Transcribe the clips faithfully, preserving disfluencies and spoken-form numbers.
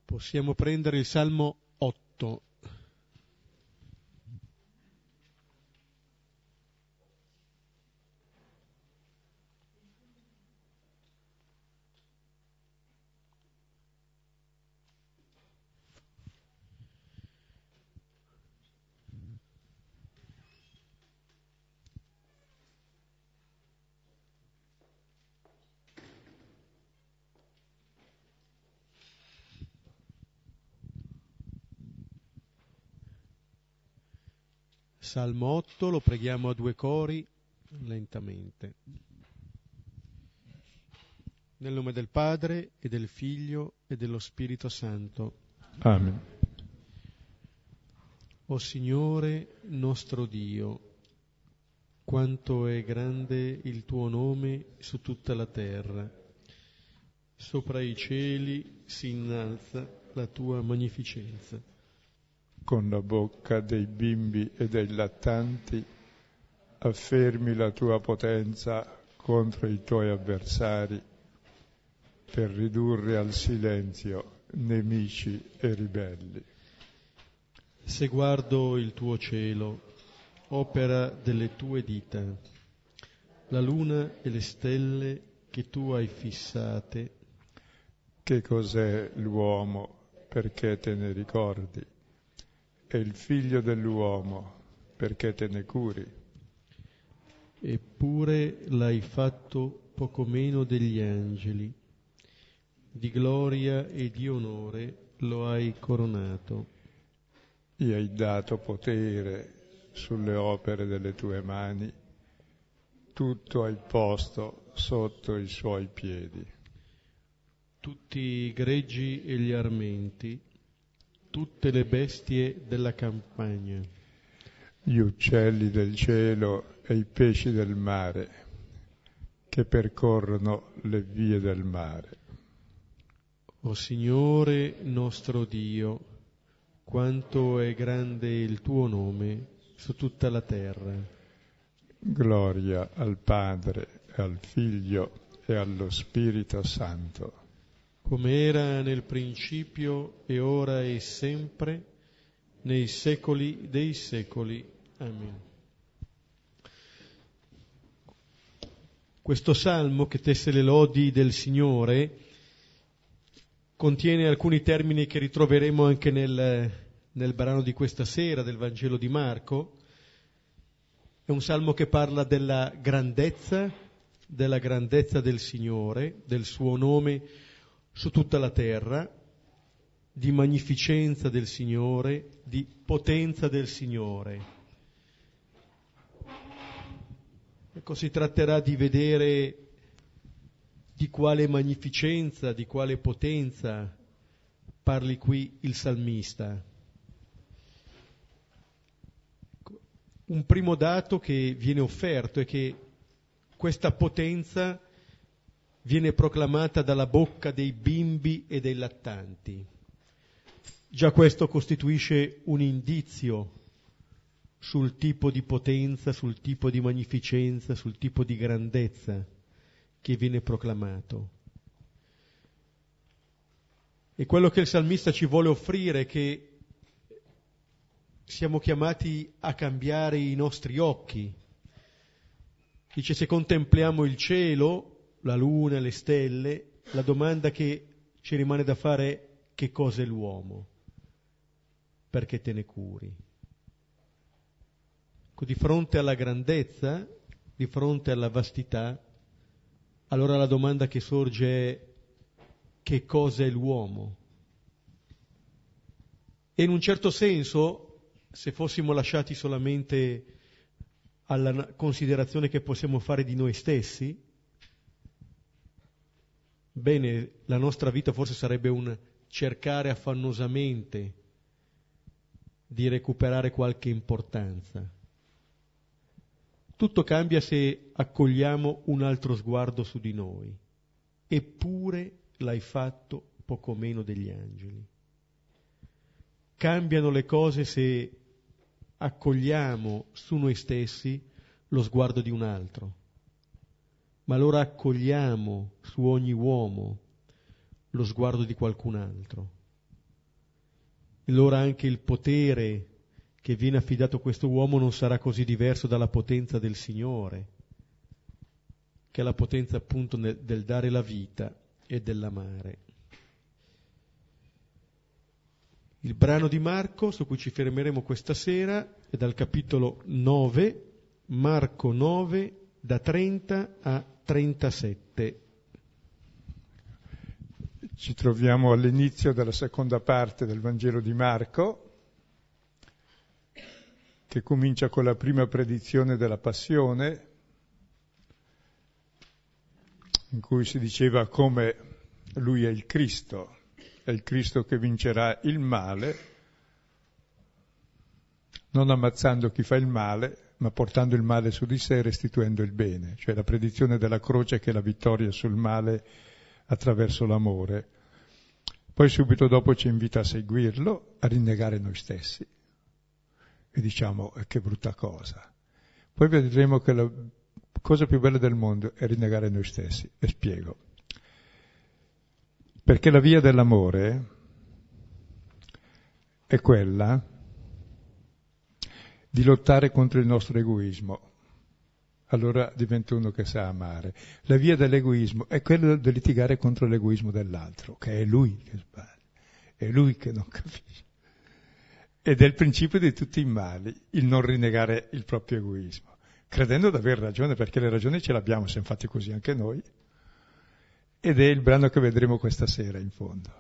Possiamo prendere il Salmo otto. Salmo otto, lo preghiamo a due cori, lentamente. Nel nome del Padre, e del Figlio, e dello Spirito Santo. Amen. O Signore nostro Dio, quanto è grande il tuo nome su tutta la terra. Sopra i cieli si innalza la tua magnificenza. Con la bocca dei bimbi e dei lattanti affermi la tua potenza contro i tuoi avversari per ridurre al silenzio nemici e ribelli. Se guardo il tuo cielo, opera delle tue dita, la luna e le stelle che tu hai fissate. Che cos'è l'uomo perché te ne ricordi? E il figlio dell'uomo perché te ne curi? Eppure l'hai fatto poco meno degli angeli, di gloria e di onore lo hai coronato. Gli hai dato potere sulle opere delle tue mani, tutto hai posto sotto i suoi piedi. Tutti i greggi e gli armenti, tutte le bestie della campagna, Gli uccelli del cielo e i pesci del mare, che percorrono le vie del mare. O Signore nostro Dio, quanto è grande il tuo nome su tutta la terra. Gloria al Padre, e al Figlio e allo Spirito Santo. Come era nel principio e ora e sempre, nei secoli dei secoli. Amen. Questo salmo, che tesse le lodi del Signore, contiene alcuni termini che ritroveremo anche nel, nel brano di questa sera del Vangelo di Marco. È un salmo che parla della grandezza, della grandezza del Signore, del suo nome su tutta la terra, di magnificenza del Signore, di potenza del Signore. Ecco, si tratterà di vedere di quale magnificenza, di quale potenza parli qui il salmista. Un primo dato che viene offerto è che questa potenza viene proclamata dalla bocca dei bimbi e dei lattanti. Già questo costituisce un indizio sul tipo di potenza, sul tipo di magnificenza, sul tipo di grandezza che viene proclamato. E quello che il salmista ci vuole offrire è che siamo chiamati a cambiare i nostri occhi. Dice, se contempliamo il cielo, la luna, le stelle, la domanda che ci rimane da fare è: che cosa è l'uomo? Perché te ne curi? Di fronte alla grandezza, di fronte alla vastità, allora la domanda che sorge è: che cosa è l'uomo? E in un certo senso, se fossimo lasciati solamente alla considerazione che possiamo fare di noi stessi, bene, la nostra vita forse sarebbe un cercare affannosamente di recuperare qualche importanza. Tutto cambia se accogliamo un altro sguardo su di noi. Eppure l'hai fatto poco meno degli angeli. Cambiano le cose se accogliamo su noi stessi lo sguardo di un altro. Ma allora accogliamo su ogni uomo lo sguardo di qualcun altro. allora anche il potere che viene affidato a questo uomo non sarà così diverso dalla potenza del Signore, che è la potenza appunto nel, del dare la vita e dell'amare. Il brano di Marco su cui ci fermeremo questa sera è dal capitolo nove, Marco nove, da trenta a trentasette. Ci troviamo all'inizio della seconda parte del Vangelo di Marco, che comincia con la prima predizione della Passione, in cui si diceva come lui è il Cristo, è il Cristo che vincerà il male, non ammazzando chi fa il male, ma portando il male su di sé e restituendo il bene, cioè la predizione della croce che è la vittoria sul male attraverso l'amore. Poi subito dopo ci invita a seguirlo, a rinnegare noi stessi. E diciamo, che brutta cosa. Poi vedremo che la cosa più bella del mondo è rinnegare noi stessi. E spiego. Perché la via dell'amore è quella di lottare contro il nostro egoismo. Allora diventa uno che sa amare. La via dell'egoismo è quella di litigare contro l'egoismo dell'altro, che è lui che sbaglia, è lui che non capisce. Ed è il principio di tutti i mali, il non rinnegare il proprio egoismo, credendo di aver ragione, perché le ragioni ce l'abbiamo, siamo fatti così anche noi. Ed è il brano che vedremo questa sera, in fondo.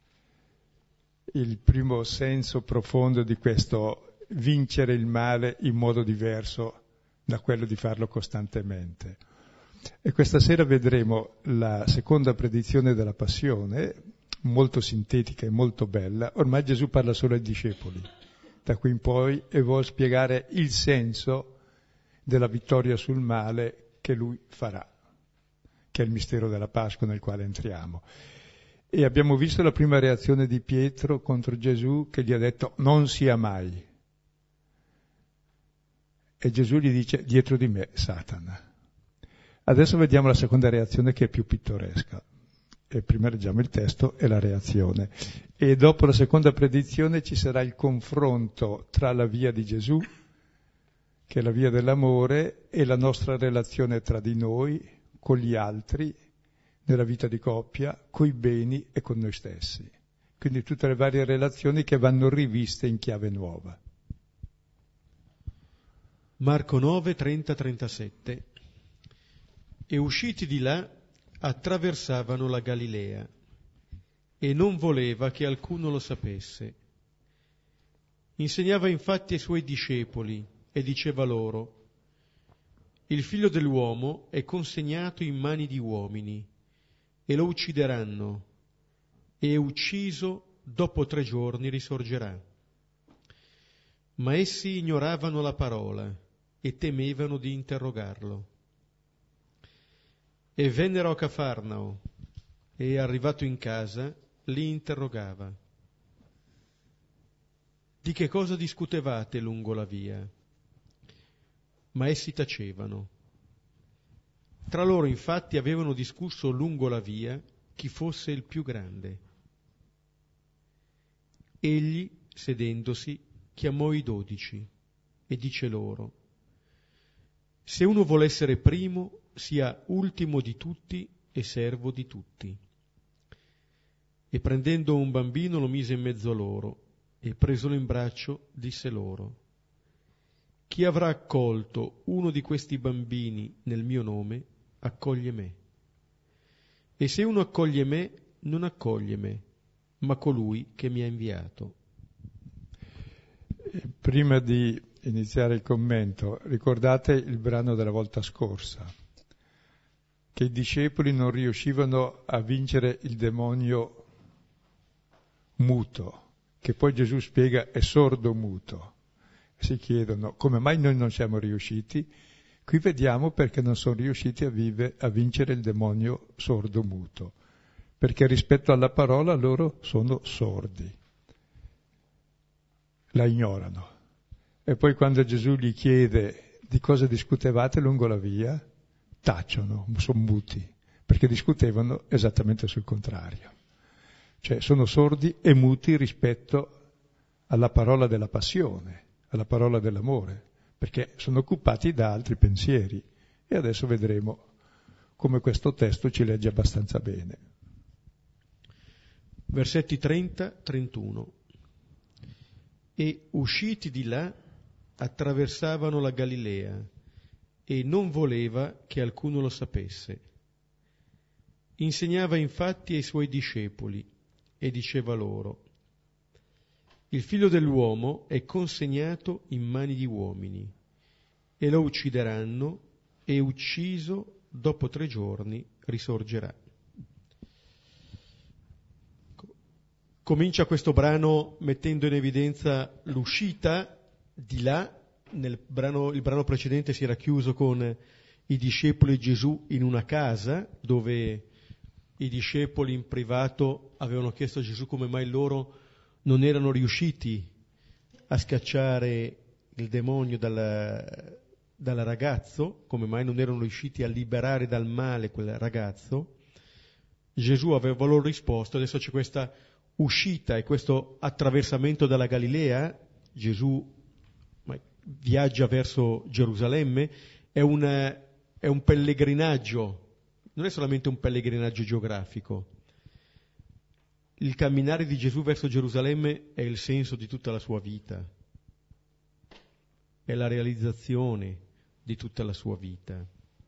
Il primo senso profondo di questo vincere il male in modo diverso da quello di farlo costantemente. E questa sera vedremo la seconda predizione della Passione, molto sintetica e molto bella. Ormai Gesù parla solo ai discepoli, da qui in poi, e vuol spiegare il senso della vittoria sul male che lui farà, che è il mistero della Pasqua nel quale entriamo. E abbiamo visto la prima reazione di Pietro contro Gesù, che gli ha detto non sia mai. E Gesù gli dice dietro di me Satana. Adesso vediamo la seconda reazione, che è più pittoresca. E prima leggiamo il testo e la reazione. E dopo la seconda predizione ci sarà il confronto tra la via di Gesù, che è la via dell'amore, e la nostra relazione tra di noi, con gli altri, nella vita di coppia, coi beni e con noi stessi. Quindi tutte le varie relazioni che vanno riviste in chiave nuova. Marco nove, trenta trentasette. E usciti di là attraversavano la Galilea, e non voleva che alcuno lo sapesse. Insegnava infatti ai suoi discepoli e diceva loro: il figlio dell'uomo è consegnato in mani di uomini, e lo uccideranno, e ucciso dopo tre giorni risorgerà. Ma essi ignoravano la parola e temevano di interrogarlo. E vennero a Cafarnao, e arrivato in casa li interrogava: di che cosa discutevate lungo la via? Ma essi tacevano. Tra loro infatti avevano discusso lungo la via chi fosse il più grande. Egli, sedendosi, chiamò i dodici e dice loro: se uno vuole essere primo, sia ultimo di tutti e servo di tutti. E prendendo un bambino lo mise in mezzo a loro, e presolo in braccio disse loro: chi avrà accolto uno di questi bambini nel mio nome, accoglie me. E se uno accoglie me, non accoglie me, ma colui che mi ha inviato. Prima di iniziare il commento, ricordate il brano della volta scorsa, che i discepoli non riuscivano a vincere il demonio muto, che poi Gesù spiega è sordo muto. Si chiedono come mai noi non siamo riusciti. Qui vediamo perché non sono riusciti a, vive, a vincere il demonio sordo muto, perché rispetto alla parola loro sono sordi, la ignorano. E poi quando Gesù gli chiede di cosa discutevate lungo la via, tacciono, sono muti, perché discutevano esattamente sul contrario. Cioè sono sordi e muti rispetto alla parola della passione, alla parola dell'amore, perché sono occupati da altri pensieri. E adesso vedremo come questo testo ci legge abbastanza bene. Versetti trenta trentuno. E usciti di là attraversavano la Galilea e non voleva che alcuno lo sapesse. Insegnava infatti ai suoi discepoli e diceva loro: il figlio dell'uomo è consegnato in mani di uomini e lo uccideranno, e ucciso dopo tre giorni risorgerà. Comincia questo brano mettendo in evidenza l'uscita di là. Nel brano, il brano precedente si era chiuso con i discepoli di Gesù in una casa, dove i discepoli in privato avevano chiesto a Gesù come mai loro non erano riusciti a scacciare il demonio dal, dal ragazzo, come mai non erano riusciti a liberare dal male quel ragazzo. Gesù aveva loro risposto. Adesso c'è questa uscita e questo attraversamento dalla Galilea. Gesù viaggia verso Gerusalemme, è un, è un pellegrinaggio, non è solamente un pellegrinaggio geografico. Il camminare di Gesù verso Gerusalemme è il senso di tutta la sua vita, è la realizzazione di tutta la sua vita.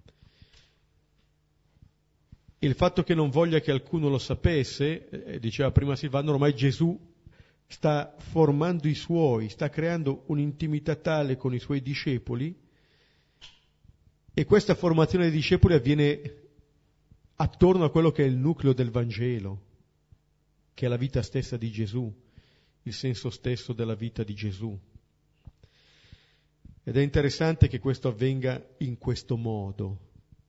Il fatto che non voglia che alcuno lo sapesse, eh, diceva prima Silvano, ormai Gesù sta formando i suoi, sta creando un'intimità tale con i suoi discepoli, e questa formazione dei discepoli avviene attorno a quello che è il nucleo del Vangelo, che è la vita stessa di Gesù, il senso stesso della vita di Gesù. Ed è interessante che questo avvenga in questo modo,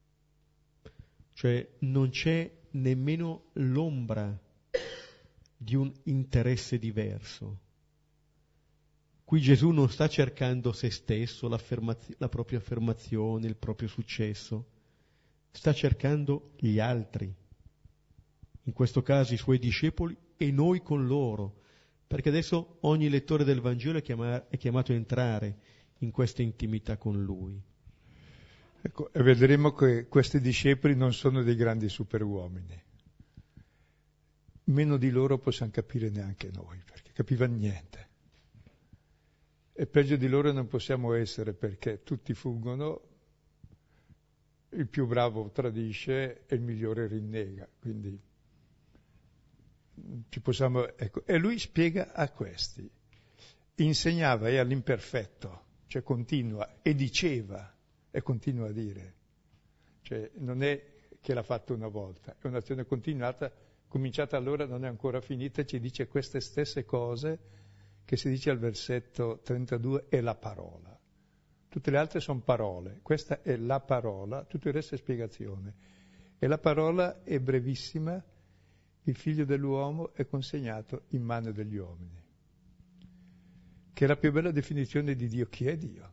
cioè non c'è nemmeno l'ombra di un interesse diverso. Qui Gesù non sta cercando se stesso, la propria affermazione, il proprio successo, sta cercando gli altri, in questo caso i suoi discepoli e noi con loro, perché adesso ogni lettore del Vangelo è, chiama, è chiamato a entrare in questa intimità con Lui. Ecco, e vedremo che questi discepoli non sono dei grandi superuomini. Meno di loro possiamo capire neanche noi, perché capivano niente. E peggio di loro non possiamo essere, perché tutti fuggono, il più bravo tradisce e il migliore rinnega. Quindi ci possiamo, ecco. E lui spiega a questi, insegnava e all'imperfetto, cioè continua, e diceva, e continua a dire. Cioè non è che l'ha fatto una volta, è un'azione continuata, cominciata allora, non è ancora finita, ci dice queste stesse cose che si dice al versetto trentadue, è la parola. Tutte le altre sono parole, questa è la parola, tutto il resto è spiegazione. E la parola è brevissima, il figlio dell'uomo è consegnato in mano degli uomini, che è la più bella definizione di Dio. Chi è Dio?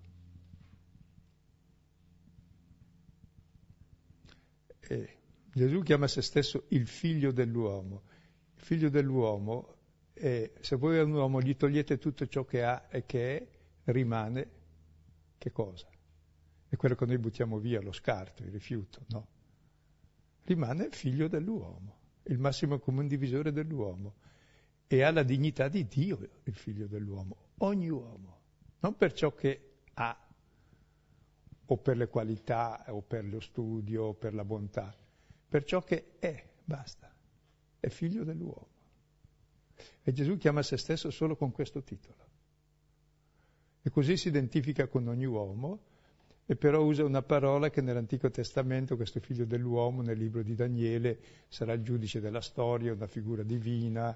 E Gesù chiama se stesso il figlio dell'uomo. Il figlio dell'uomo è, se voi a un uomo gli togliete tutto ciò che ha e che è, rimane che cosa? È quello che noi buttiamo via, lo scarto, il rifiuto, no? Rimane figlio dell'uomo, il massimo comune divisore dell'uomo, e ha la dignità di Dio il figlio dell'uomo, ogni uomo, non per ciò che ha, o per le qualità, o per lo studio, o per la bontà, per ciò che è, basta, è figlio dell'uomo. E Gesù chiama se stesso solo con questo titolo. E così si identifica con ogni uomo, e però usa una parola che nell'Antico Testamento, questo figlio dell'uomo, nel libro di Daniele, sarà il giudice della storia, una figura divina.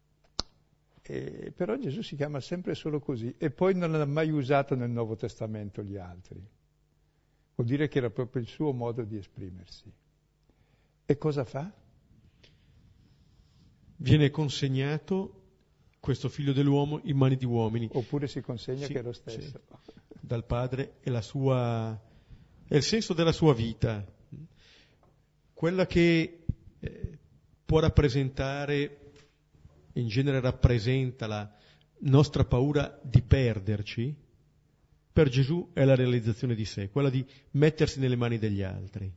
E però Gesù si chiama sempre solo così, e poi non l'ha mai usato nel Nuovo Testamento gli altri. Vuol dire che era proprio il suo modo di esprimersi. E cosa fa? Viene consegnato questo figlio dell'uomo in mani di uomini. Oppure si consegna, sì, che è lo stesso. Sì, dal Padre, è la sua, è il senso della sua vita. Quella che eh, può rappresentare, in genere rappresenta la, nostra paura di perderci, per Gesù è la realizzazione di sé, quella di mettersi nelle mani degli altri.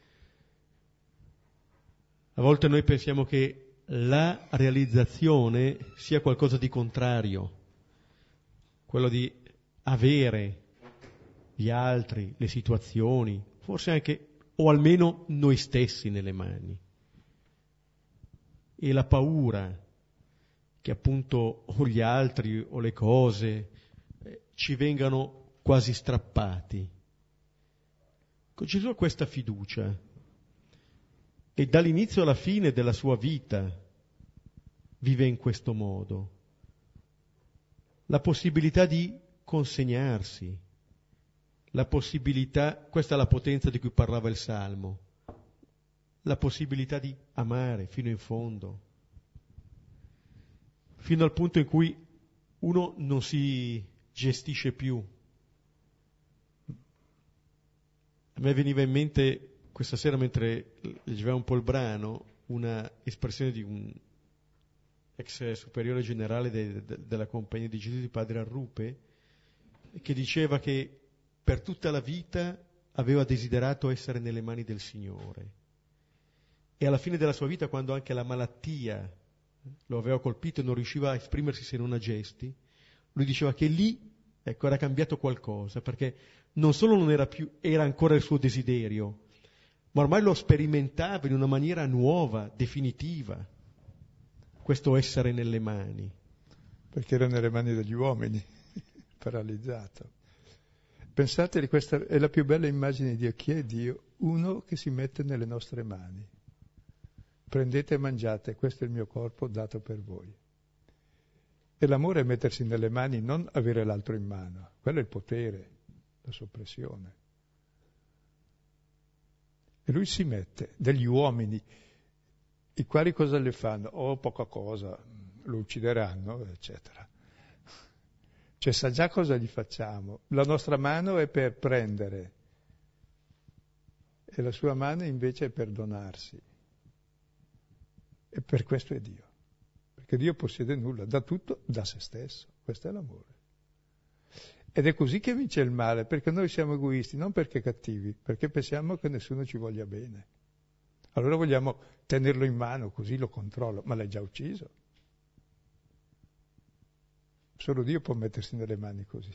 A volte noi pensiamo che la realizzazione sia qualcosa di contrario, quello di avere gli altri, le situazioni, forse anche, o almeno noi stessi nelle mani. E la paura che appunto o gli altri o le cose eh, ci vengano quasi strappati. Con Gesù ha questa fiducia e dall'inizio alla fine della sua vita vive in questo modo. La possibilità di consegnarsi, la possibilità, questa è la potenza di cui parlava il Salmo, la possibilità di amare fino in fondo, fino al punto in cui uno non si gestisce più. A me veniva in mente questa sera, mentre leggeva un po' il brano, una espressione di un ex superiore generale de, de, della Compagnia di Gesù, di padre Arrupe, che diceva che per tutta la vita aveva desiderato essere nelle mani del Signore. E alla fine della sua vita, quando anche la malattia lo aveva colpito e non riusciva a esprimersi se non a gesti, lui diceva che lì, ecco, era cambiato qualcosa, perché non solo non era più, era ancora il suo desiderio, ma ormai lo sperimentava in una maniera nuova, definitiva, questo essere nelle mani. Perché era nelle mani degli uomini, paralizzato. Pensate che questa è la più bella immagine di Dio. Chi è Dio? Uno che si mette nelle nostre mani. Prendete e mangiate, questo è il mio corpo dato per voi. E l'amore è mettersi nelle mani, non avere l'altro in mano. Quello è il potere, la soppressione. E lui si mette, degli uomini, i quali cosa le fanno? Oh, poca cosa, lo uccideranno, eccetera. Cioè sa già cosa gli facciamo. La nostra mano è per prendere e la sua mano invece è per donarsi. E per questo è Dio. Perché Dio possiede nulla, dà tutto da se stesso. Questo è l'amore. Ed è così che vince il male, perché noi siamo egoisti, non perché cattivi, perché pensiamo che nessuno ci voglia bene. Allora vogliamo tenerlo in mano, così lo controllo, ma l'hai già ucciso. Solo Dio può mettersi nelle mani così.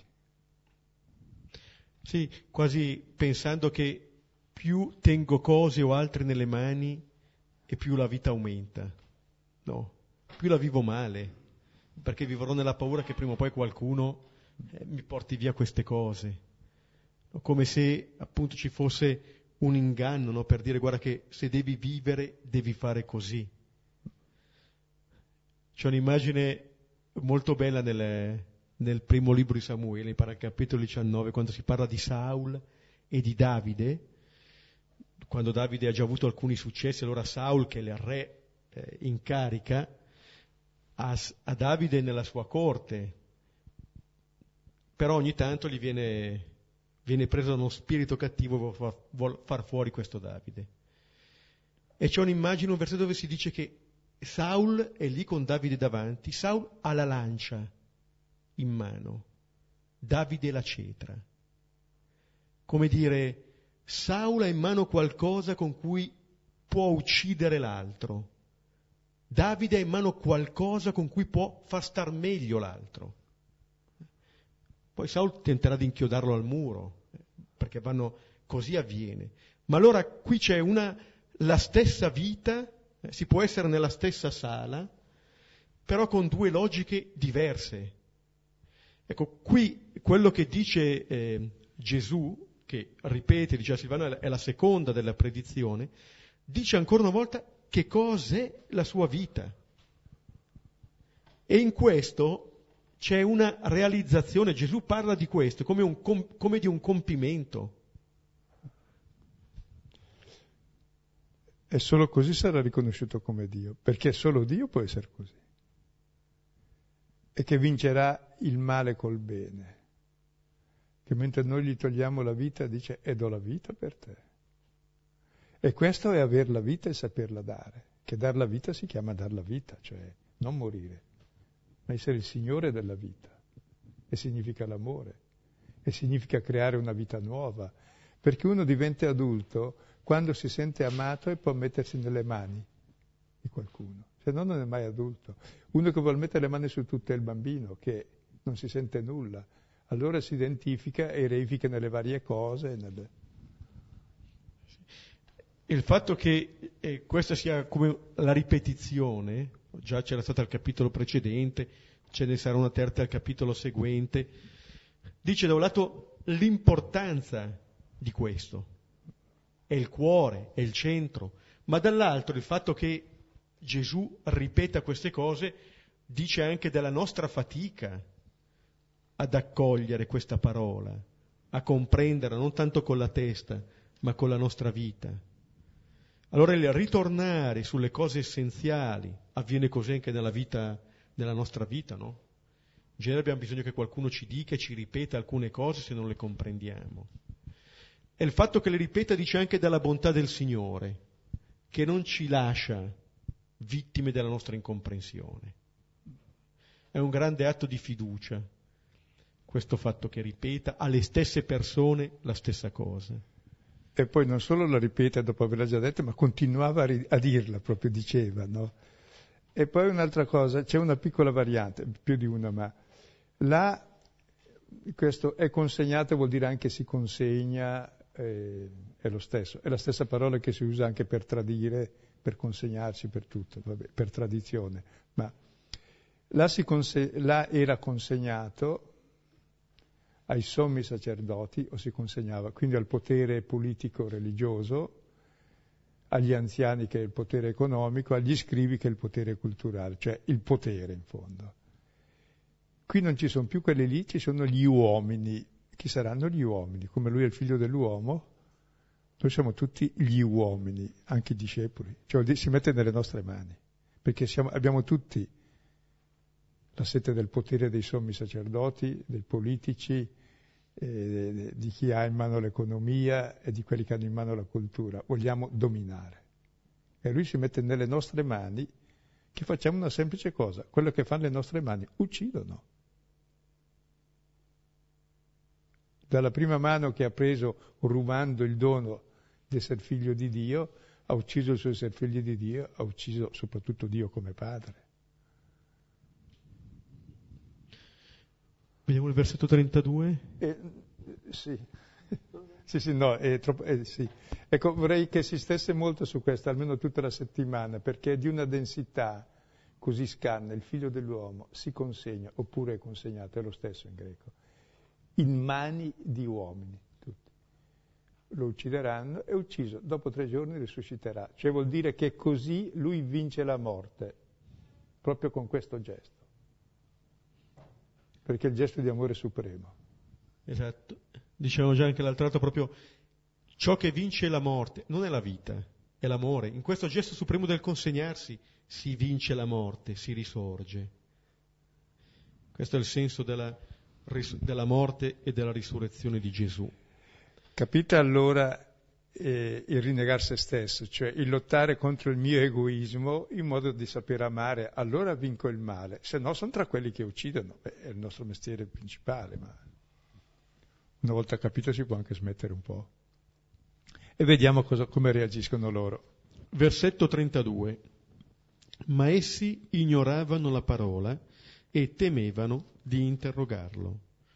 Sì, quasi pensando che più tengo cose o altre nelle mani e più la vita aumenta. No, più la vivo male, perché vivrò nella paura che prima o poi qualcuno eh, mi porti via queste cose. Come se appunto ci fosse un inganno, no? Per dire guarda che se devi vivere devi fare così. C'è un'immagine molto bella nel, nel primo libro di Samuele, al capitolo diciannove, quando si parla di Saul e di Davide, quando Davide ha già avuto alcuni successi, allora Saul, che è il re eh, in carica, ha, ha Davide nella sua corte, però ogni tanto gli viene, viene preso da uno spirito cattivo e vuol far, vuol far fuori questo Davide. E c'è un'immagine, un versetto dove si dice che Saul è lì con Davide davanti, Saul ha la lancia in mano, Davide la cetra. Come dire, Saul ha in mano qualcosa con cui può uccidere l'altro, Davide ha in mano qualcosa con cui può far star meglio l'altro. Poi Saul tenterà di inchiodarlo al muro, perché vanno, così avviene. Ma allora qui c'è una, la stessa vita, eh, si può essere nella stessa sala, però con due logiche diverse. Ecco, qui quello che dice eh, Gesù, che ripete, dice a Silvano, è la seconda della predizione, dice ancora una volta che cos'è la sua vita. E in questo c'è una realizzazione, Gesù parla di questo come, un, come di un compimento. E solo così sarà riconosciuto come Dio, perché solo Dio può essere così. E che vincerà il male col bene. Che mentre noi gli togliamo la vita dice e do la vita per te. E questo è aver la vita e saperla dare. Che dar la vita si chiama dar la vita, cioè non morire. ma essere il Signore della vita. E significa l'amore, e significa creare una vita nuova, perché uno diventa adulto quando si sente amato e può mettersi nelle mani di qualcuno, se no non è mai adulto. Uno che vuol mettere le mani su tutto è il bambino, che non si sente nulla, allora si identifica e reifica nelle varie cose. Nelle... Il fatto che eh, questa sia come la ripetizione, già c'era stata al capitolo precedente, ce ne sarà una terza al capitolo seguente, dice da un lato l'importanza di questo, è il cuore, è il centro, ma dall'altro il fatto che Gesù ripeta queste cose dice anche della nostra fatica ad accogliere questa parola, a comprenderla non tanto con la testa, ma con la nostra vita. Allora il ritornare sulle cose essenziali avviene così anche nella vita, nella nostra vita, no? In genere abbiamo bisogno che qualcuno ci dica e ci ripeta alcune cose se non le comprendiamo. E il fatto che le ripeta dice anche della bontà del Signore, che non ci lascia vittime della nostra incomprensione. È un grande atto di fiducia, questo fatto che ripeta alle stesse persone la stessa cosa. E poi non solo la ripete dopo averla già detta, ma continuava a, ri- a dirla, proprio diceva, no? E poi un'altra cosa, c'è una piccola variante, più di una, ma là, questo è consegnato vuol dire anche si consegna, eh, è lo stesso, è la stessa parola che si usa anche per tradire, per consegnarsi, per tutto, vabbè, per tradizione, ma là, si conse- là era consegnato ai sommi sacerdoti, o si consegnava, quindi al potere politico religioso, agli anziani che è il potere economico, agli scribi che è il potere culturale, cioè il potere in fondo. Qui non ci sono più quelli lì, ci sono gli uomini. Chi saranno gli uomini? Come lui è il figlio dell'uomo, noi siamo tutti gli uomini, anche i discepoli, cioè si mette nelle nostre mani, perché siamo, abbiamo tutti la sete del potere dei sommi sacerdoti, dei politici, eh, di chi ha in mano l'economia e di quelli che hanno in mano la cultura. Vogliamo dominare. E lui si mette nelle nostre mani che facciamo una semplice cosa. Quello che fanno le nostre mani, uccidono. Dalla prima mano che ha preso rubando il dono di essere figlio di Dio, ha ucciso il suo essere figlio di Dio, ha ucciso soprattutto Dio come padre. Vediamo il versetto trentadue? Eh, sì. sì, sì, no, è troppo, eh, sì. Ecco, vorrei che si stesse molto su questo, almeno tutta la settimana, perché è di una densità così scarna. Il figlio dell'uomo si consegna, oppure è consegnato, è lo stesso in greco, in mani di uomini, tutti. Lo uccideranno, è ucciso, dopo tre giorni risusciterà. Cioè vuol dire che così lui vince la morte, proprio con questo gesto. Perché è il gesto di amore supremo. Esatto. Dicevamo già anche l'altro lato, proprio ciò che vince la morte non è la vita, è l'amore. In questo gesto supremo del consegnarsi si vince la morte, si risorge. Questo è il senso della, della morte e della risurrezione di Gesù. Capite allora eh, il rinnegar se stesso, cioè il lottare contro il mio egoismo in modo di saper amare, allora vinco il male, se no sono tra quelli che uccidono. Beh, è il nostro mestiere principale, ma una volta capito si può anche smettere un po'. E vediamo cosa, come reagiscono loro. Versetto trentadue. Ma essi ignoravano la parola e temevano di interrogarlo.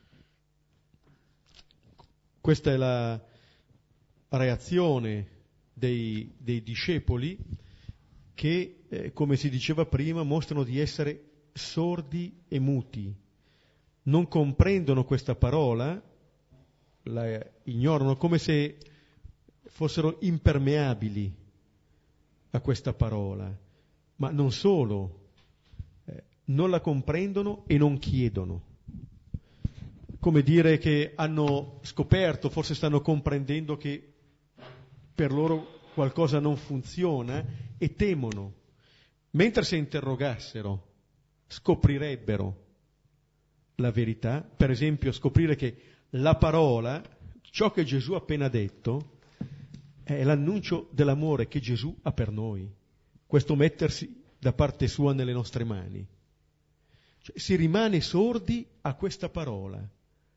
Questa è la reazione dei, dei discepoli che, eh, come si diceva prima, mostrano di essere sordi e muti. Non comprendono questa parola, la ignorano come se fossero impermeabili a questa parola, ma non solo, eh, non la comprendono e non chiedono. Come dire che hanno scoperto, forse stanno comprendendo che per loro qualcosa non funziona e temono. Mentre se interrogassero, scoprirebbero la verità, per esempio scoprire che la parola, ciò che Gesù ha appena detto, è l'annuncio dell'amore che Gesù ha per noi. Questo mettersi da parte sua nelle nostre mani. Cioè, si rimane sordi a questa parola.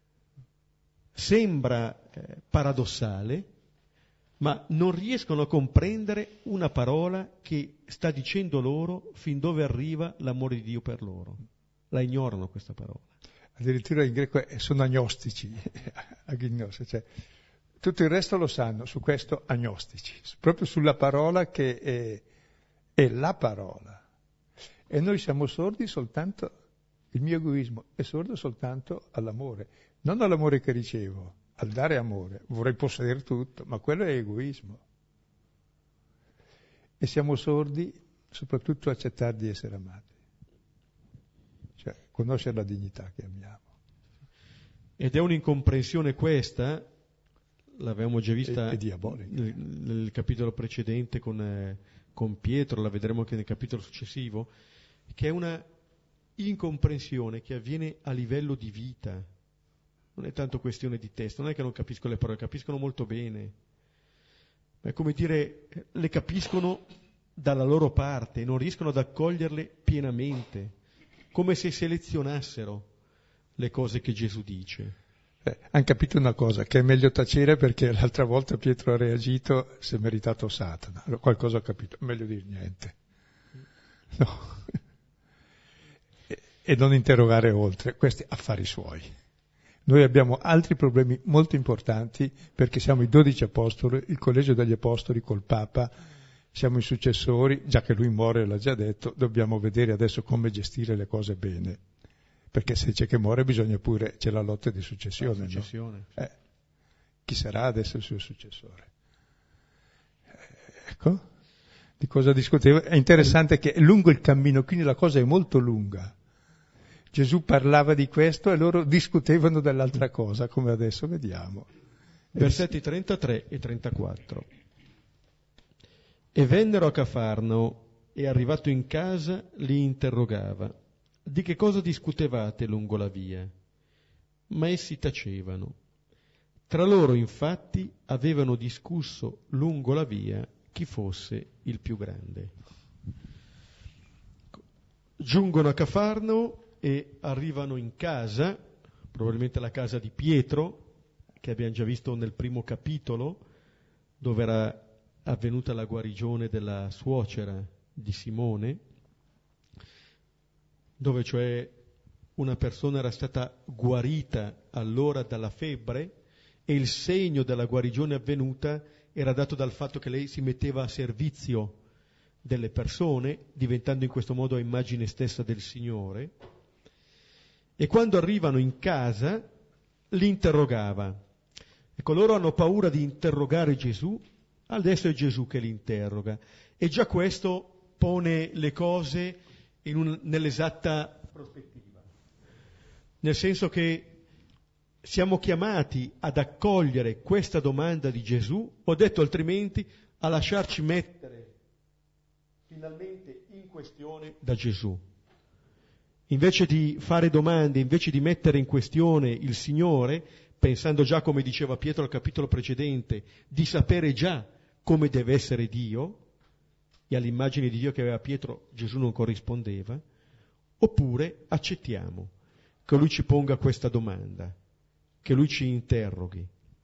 Sembra eh, paradossale, ma non riescono a comprendere una parola che sta dicendo loro fin dove arriva l'amore di Dio per loro. La ignorano questa parola. Addirittura in greco sono agnostici, agnos, cioè tutto il resto lo sanno, su questo agnostici, proprio sulla parola che è, è la parola. E noi siamo sordi soltanto, il mio egoismo è sordo soltanto all'amore, non all'amore che ricevo, al dare amore. Vorrei possedere tutto, ma quello è egoismo. E siamo sordi soprattutto a accettare di essere amati. Cioè, conoscere la dignità che abbiamo. Ed è un'incomprensione questa, l'avevamo già vista è, è diabolica. Nel, nel capitolo precedente con, eh, con Pietro, la vedremo anche nel capitolo successivo, che è una incomprensione che avviene a livello di vita. Non è tanto questione di testo, non è che non capiscono le parole, capiscono molto bene. Ma è come dire, le capiscono dalla loro parte, non riescono ad accoglierle pienamente, come se selezionassero le cose che Gesù dice. Eh, hanno capito una cosa, che è meglio tacere perché l'altra volta Pietro ha reagito, si è meritato Satana. Qualcosa ho capito, meglio dire niente. No. e, e non interrogare oltre, questi affari suoi. Noi abbiamo altri problemi molto importanti perché siamo i dodici apostoli, il collegio degli apostoli col Papa, siamo i successori, già che lui muore, l'ha già detto, dobbiamo vedere adesso come gestire le cose bene. Perché se c'è che muore bisogna pure, c'è la lotta di successione. La successione. No? Eh, chi sarà adesso il suo successore? Eh, ecco, di cosa discutevo? È interessante che è lungo il cammino, quindi la cosa è molto lunga. Gesù parlava di questo e loro discutevano dell'altra cosa, come adesso vediamo. Versetti trentatré e trentaquattro. E vennero a Cafarnao e arrivato in casa li interrogava: di che cosa discutevate lungo la via? Ma essi tacevano. Tra loro infatti avevano discusso lungo la via chi fosse il più grande. Giungono a Cafarnao e arrivano in casa, probabilmente la casa di Pietro, che abbiamo già visto nel primo capitolo, dove era avvenuta la guarigione della suocera di Simone, dove cioè una persona era stata guarita allora dalla febbre e il segno della guarigione avvenuta era dato dal fatto che lei si metteva a servizio delle persone, diventando in questo modo a immagine stessa del Signore. E quando arrivano in casa li interrogava. Ecco, loro hanno paura di interrogare Gesù, adesso è Gesù che li interroga. E già questo pone le cose in un, nell'esatta prospettiva. Nel senso che siamo chiamati ad accogliere questa domanda di Gesù, o detto altrimenti, a lasciarci mettere finalmente in questione da Gesù. Invece di fare domande, invece di mettere in questione il Signore, pensando già, come diceva Pietro al capitolo precedente, di sapere già come deve essere Dio, e all'immagine di Dio che aveva Pietro Gesù non corrispondeva, oppure accettiamo che Lui ci ponga questa domanda, che Lui ci interroghi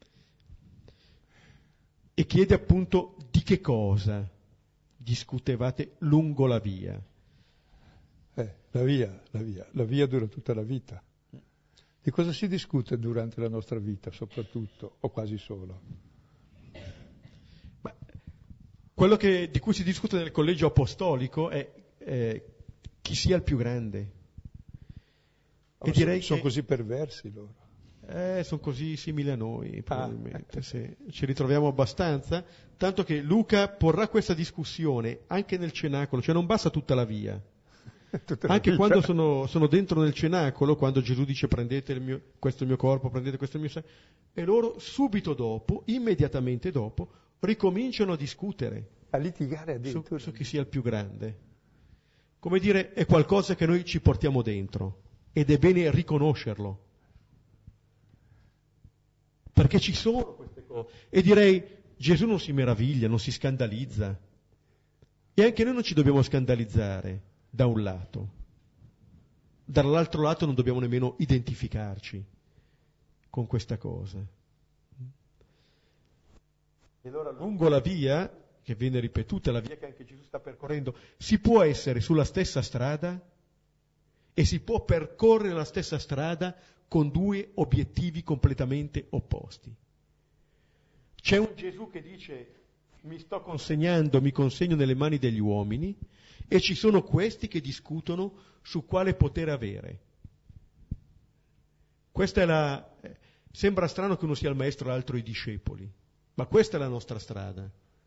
e chiede appunto di che cosa discutevate lungo la via. Eh, la via, la via, la via dura tutta la vita. Di cosa si discute durante la nostra vita, soprattutto, o quasi solo? Ma quello che, di cui si discute nel collegio apostolico è eh, chi sia il più grande. Oh, e direi sono, sono che, così perversi loro. Eh, sono così simili a noi, probabilmente. Ah. Sì. Ci ritroviamo abbastanza, tanto che Luca porrà questa discussione anche nel cenacolo, cioè non basta tutta la via. Anche quando sono, sono dentro nel cenacolo, quando Gesù dice prendete il mio, questo è il mio corpo, prendete questo è il mio sangue, e loro subito dopo, immediatamente dopo, ricominciano a discutere, a litigare addirittura su, su chi sia il più grande. Come dire, è qualcosa che noi ci portiamo dentro ed è bene riconoscerlo, perché ci sono queste cose. E direi, Gesù non si meraviglia, non si scandalizza, e anche noi non ci dobbiamo scandalizzare. Da un lato, dall'altro lato non dobbiamo nemmeno identificarci con questa cosa. E allora lungo la via, che viene ripetuta, la via che anche Gesù sta percorrendo, si può essere sulla stessa strada e si può percorrere la stessa strada con due obiettivi completamente opposti. C'è un Gesù che dice: mi sto consegnando, mi consegno nelle mani degli uomini, e ci sono questi che discutono su quale potere avere. Questa è la... Sembra strano che uno sia il maestro e l'altro i discepoli, ma questa è la nostra strada.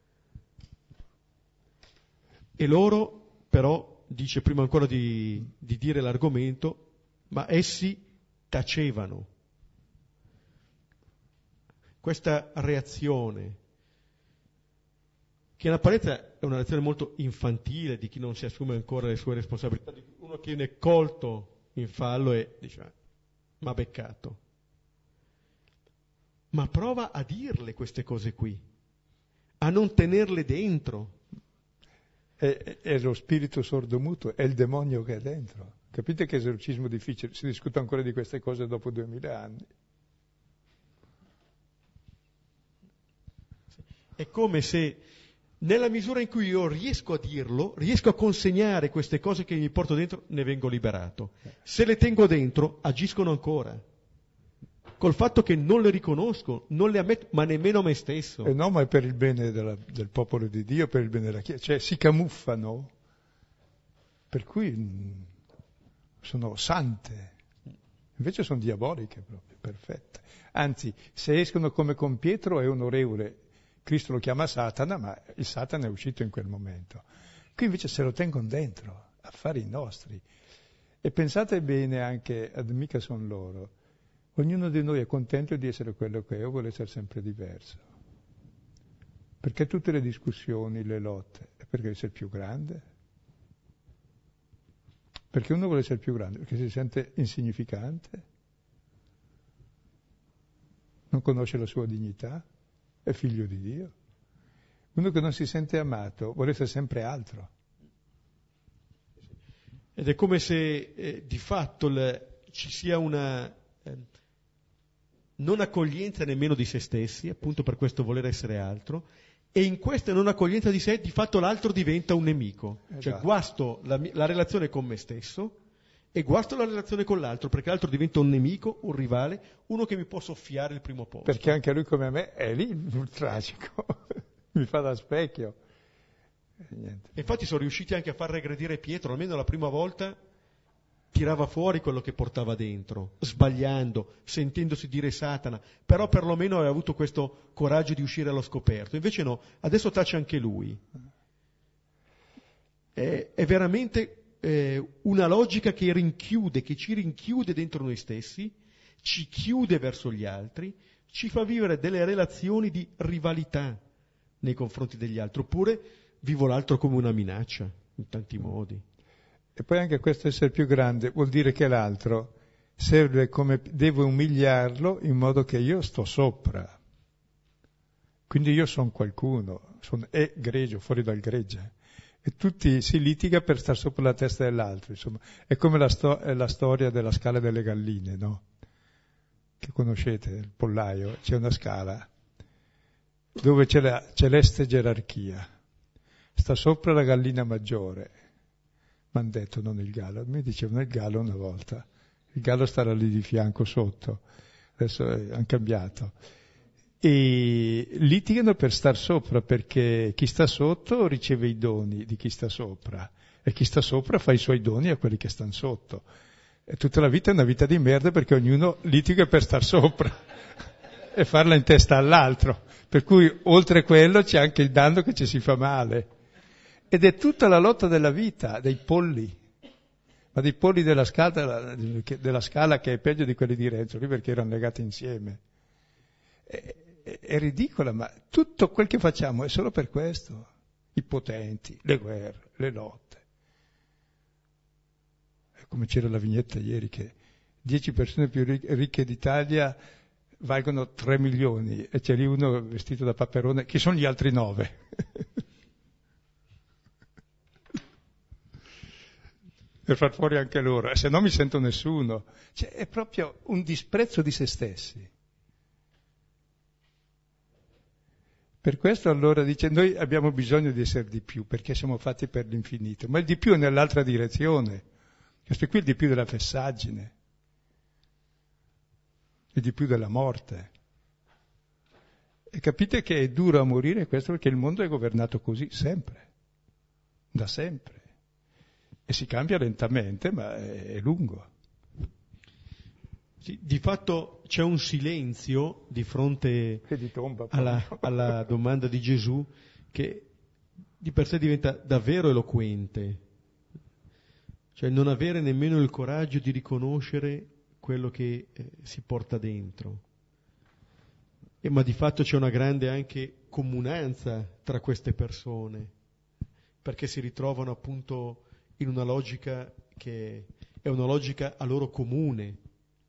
E loro, però, dice prima ancora di, di dire l'argomento, ma essi tacevano. Questa reazione, che in apparenza è una reazione molto infantile di chi non si assume ancora le sue responsabilità, di uno che viene colto in fallo e dice: ma beccato. Ma prova a dirle queste cose qui, a non tenerle dentro. È, è lo spirito sordomuto, è il demonio che è dentro. Capite che esorcismo difficile? Si discute ancora di queste cose dopo duemila anni. È come se, nella misura in cui io riesco a dirlo, riesco a consegnare queste cose che mi porto dentro, ne vengo liberato. Se le tengo dentro, agiscono ancora. Col fatto che non le riconosco, non le ammetto, ma nemmeno me stesso. Eh no, ma è per il bene della, del popolo di Dio, per il bene della Chiesa. Cioè si camuffano, per cui mh, sono sante. Invece sono diaboliche proprio, perfette. Anzi, se escono come con Pietro è onorevole. Cristo lo chiama Satana, ma il Satana è uscito in quel momento. Qui invece se lo tengono dentro, affari nostri. E pensate bene anche, mica sono loro, ognuno di noi è contento di essere quello che è o vuole essere sempre diverso. Perché tutte le discussioni, le lotte, è perché essere più grande? Perché uno vuole essere più grande? Perché si sente insignificante? Non conosce la sua dignità? È figlio di Dio. Uno che non si sente amato vuole essere sempre altro. Ed è come se eh, di fatto le, ci sia una eh, non accoglienza nemmeno di se stessi, appunto per questo voler essere altro, e in questa non accoglienza di sé di fatto l'altro diventa un nemico. Esatto. Cioè guasto la, la relazione con me stesso e guasto la relazione con l'altro, perché l'altro diventa un nemico, un rivale, uno che mi può soffiare il primo posto. Perché anche lui come me è lì il tragico, mi fa da specchio. E niente. Infatti sono riusciti anche a far regredire Pietro, almeno la prima volta tirava fuori quello che portava dentro, sbagliando, sentendosi dire Satana, però perlomeno aveva avuto questo coraggio di uscire allo scoperto. Invece no, adesso tace anche lui. È, è veramente eh, una logica che rinchiude, che ci rinchiude dentro noi stessi, ci chiude verso gli altri, ci fa vivere delle relazioni di rivalità nei confronti degli altri, oppure vivo l'altro come una minaccia, in tanti modi. E poi anche questo essere più grande vuol dire che l'altro serve come devo umiliarlo in modo che io sto sopra. Quindi io sono qualcuno, sono egregio, fuori dal gregge. E tutti si litiga per star sopra la testa dell'altro, insomma. È come la, sto- è la storia della scala delle galline, no? Che conoscete, il pollaio, c'è una scala dove c'è la celeste gerarchia. Sta sopra la gallina maggiore. M'han detto, non il gallo, mi dicevano il gallo una volta, il gallo starà lì di fianco sotto, adesso hanno cambiato, e litigano per star sopra, perché chi sta sotto riceve i doni di chi sta sopra, e chi sta sopra fa i suoi doni a quelli che stanno sotto, e tutta la vita è una vita di merda, perché ognuno litiga per star sopra, e farla in testa all'altro, per cui oltre quello c'è anche il danno che ci si fa male. Ed è tutta la lotta della vita, dei polli, ma dei polli della scala, della scala che è peggio di quelli di Renzo, lì perché erano legati insieme. È, è, è ridicola, ma tutto quel che facciamo è solo per questo. I potenti, le guerre, le lotte. È come c'era la vignetta ieri che dieci persone più ricche d'Italia valgono tre milioni e c'è lì uno vestito da Paperone, chi sono gli altri nove? per far fuori anche loro, se no mi sento nessuno. Cioè, è proprio un disprezzo di se stessi. Per questo allora dice, noi abbiamo bisogno di essere di più, perché siamo fatti per l'infinito, ma il di più è nell'altra direzione. Questo qui è il di più della fessaggine, il di più della morte. E capite che è duro a morire questo perché il mondo è governato così, sempre, da sempre. E si cambia lentamente, ma è, è lungo. Sì, di fatto c'è un silenzio di fronte di tomba, alla, alla domanda di Gesù che di per sé diventa davvero eloquente. Cioè non avere nemmeno il coraggio di riconoscere quello che eh, si porta dentro. E, ma di fatto c'è una grande anche comunanza tra queste persone, perché si ritrovano appunto in una logica che è una logica a loro comune.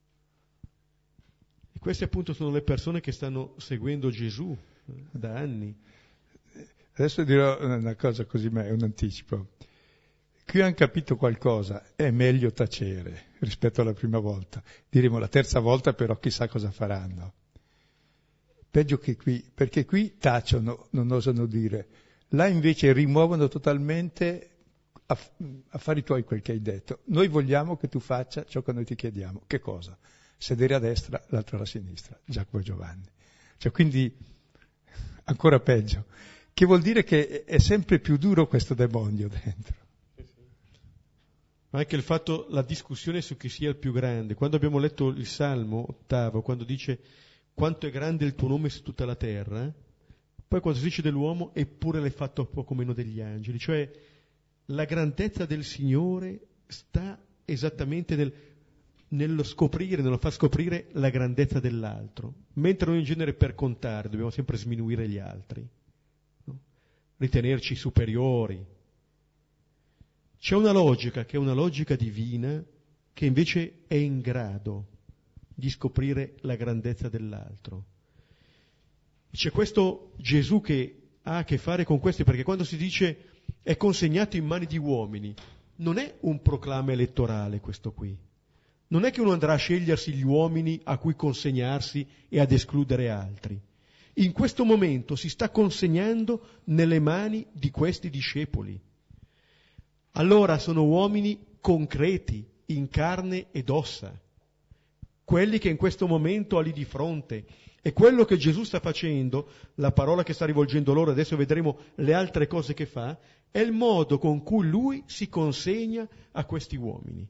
E queste appunto sono le persone che stanno seguendo Gesù eh, da anni. Adesso dirò una cosa così, ma è un anticipo. Qui hanno capito qualcosa, è meglio tacere rispetto alla prima volta. Diremo la terza volta però chissà cosa faranno. Peggio che qui, perché qui tacciono, non osano dire. Là invece rimuovono totalmente aff- affari tuoi quel che hai detto. Noi vogliamo che tu faccia ciò che noi ti chiediamo. Che cosa? Sedere a destra, l'altro alla sinistra, Giacomo e Giovanni. Cioè quindi ancora peggio. Che vuol dire che è sempre più duro questo demonio dentro. Ma anche il fatto, la discussione su chi sia il più grande. Quando abbiamo letto il Salmo ottavo, quando dice quanto è grande il tuo nome su tutta la terra, poi quando si dice dell'uomo, eppure l'hai fatto poco meno degli angeli. Cioè la grandezza del Signore sta esattamente nel, nello scoprire, nello far scoprire la grandezza dell'altro. Mentre noi in genere per contare dobbiamo sempre sminuire gli altri, no? Ritenerci superiori. C'è una logica che è una logica divina che invece è in grado di scoprire la grandezza dell'altro. C'è questo Gesù che ha a che fare con questo, perché quando si dice è consegnato in mani di uomini, non è un proclama elettorale questo qui. Non è che uno andrà a scegliersi gli uomini a cui consegnarsi e ad escludere altri. In questo momento si sta consegnando nelle mani di questi discepoli. Allora sono uomini concreti, in carne ed ossa, quelli che in questo momento ha lì di fronte. E quello che Gesù sta facendo, la parola che sta rivolgendo loro, adesso vedremo le altre cose che fa, è il modo con cui lui si consegna a questi uomini.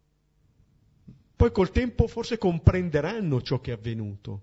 Poi col tempo forse comprenderanno ciò che è avvenuto.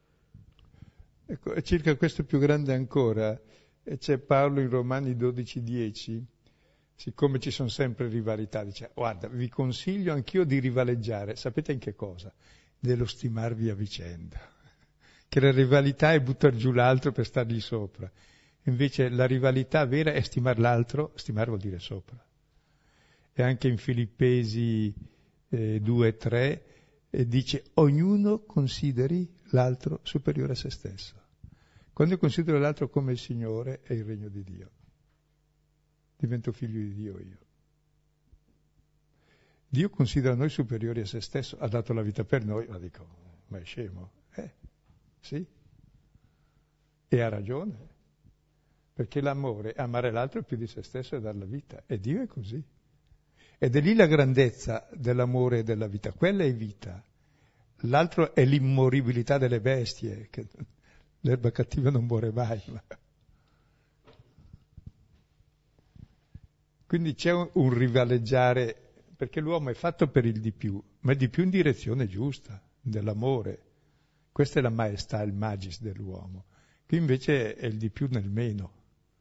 Ecco, circa questo più grande ancora, c'è Paolo in Romani dodici dieci, siccome ci sono sempre rivalità, dice, guarda, vi consiglio anch'io di rivaleggiare, sapete in che cosa? Nello stimarvi a vicenda. Che la rivalità è buttare giù l'altro per stargli sopra. Invece la rivalità vera è stimare l'altro, stimare vuol dire sopra. E anche in Filippesi eh, due tre eh, dice, ognuno consideri l'altro superiore a se stesso. Quando io considero l'altro come il Signore, è il regno di Dio. Divento figlio di Dio io. Dio considera noi superiori a se stesso, ha dato la vita per noi, ma dico, ma è scemo? Eh, sì. E ha ragione, perché l'amore, amare l'altro più di se stesso è dar la vita, e Dio è così. Ed è lì la grandezza dell'amore e della vita, quella è vita. L'altro è l'immoribilità delle bestie, che l'erba cattiva non muore mai, ma... Quindi c'è un, un rivaleggiare, perché l'uomo è fatto per il di più, ma il di più in direzione giusta, dell'amore. Questa è la maestà, il magis dell'uomo. Qui invece è il di più nel meno.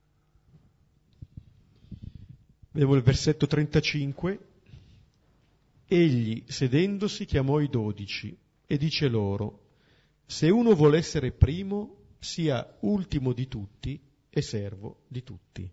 Vediamo il versetto trentacinque. Egli, sedendosi, chiamò i dodici e dice loro, se uno vuole essere primo, sia ultimo di tutti e servo di tutti.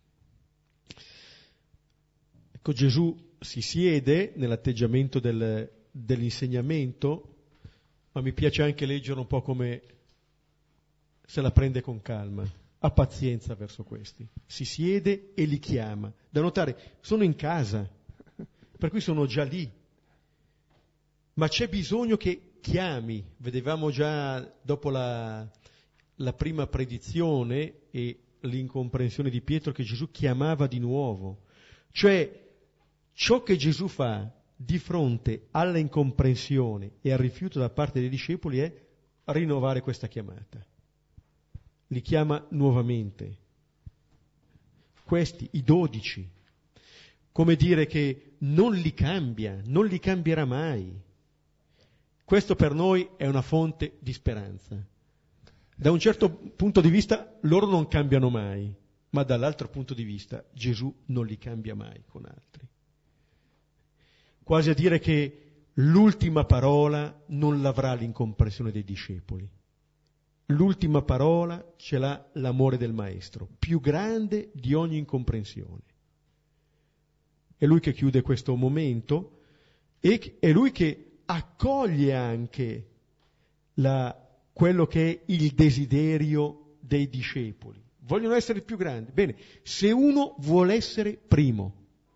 Ecco, Gesù si siede nell'atteggiamento del, dell'insegnamento, ma mi piace anche leggere un po' come se la prende con calma, ha pazienza verso questi. Si siede e li chiama. Da notare, sono in casa, per cui sono già lì. Ma c'è bisogno che chiami. Vedevamo già dopo la, la prima predizione e l'incomprensione di Pietro che Gesù chiamava di nuovo. Cioè, ciò che Gesù fa di fronte alla incomprensione e al rifiuto da parte dei discepoli è rinnovare questa chiamata. Li chiama nuovamente. Questi, i dodici, come dire che non li cambia, non li cambierà mai. Questo per noi è una fonte di speranza. Da un certo punto di vista loro non cambiano mai, ma dall'altro punto di vista Gesù non li cambia mai con altri. Quasi a dire che l'ultima parola non l'avrà l'incomprensione dei discepoli. L'ultima parola ce l'ha l'amore del Maestro, più grande di ogni incomprensione. È Lui che chiude questo momento e è Lui che accoglie anche la, quello che è il desiderio dei discepoli. Vogliono essere più grandi. Bene, se uno vuole essere primo.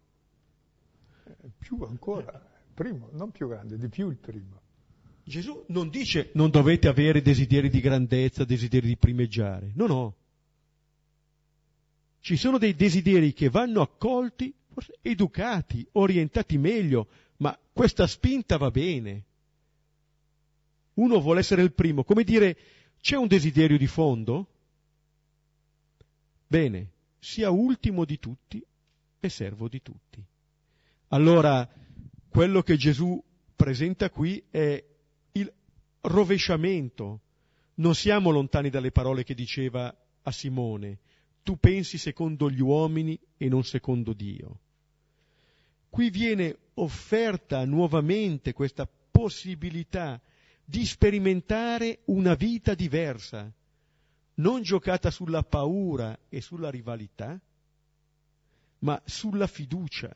Più ancora, primo, non più grande, di più il primo. Gesù non dice non dovete avere desideri di grandezza, desideri di primeggiare. No, no. Ci sono dei desideri che vanno accolti, forse educati, orientati meglio, ma questa spinta va bene. Uno vuole essere il primo, come dire, c'è un desiderio di fondo? Bene, sia ultimo di tutti e servo di tutti. Allora, quello che Gesù presenta qui è il rovesciamento. Non siamo lontani dalle parole che diceva a Simone: tu pensi secondo gli uomini e non secondo Dio. Qui viene offerta nuovamente questa possibilità di sperimentare una vita diversa, non giocata sulla paura e sulla rivalità, ma sulla fiducia,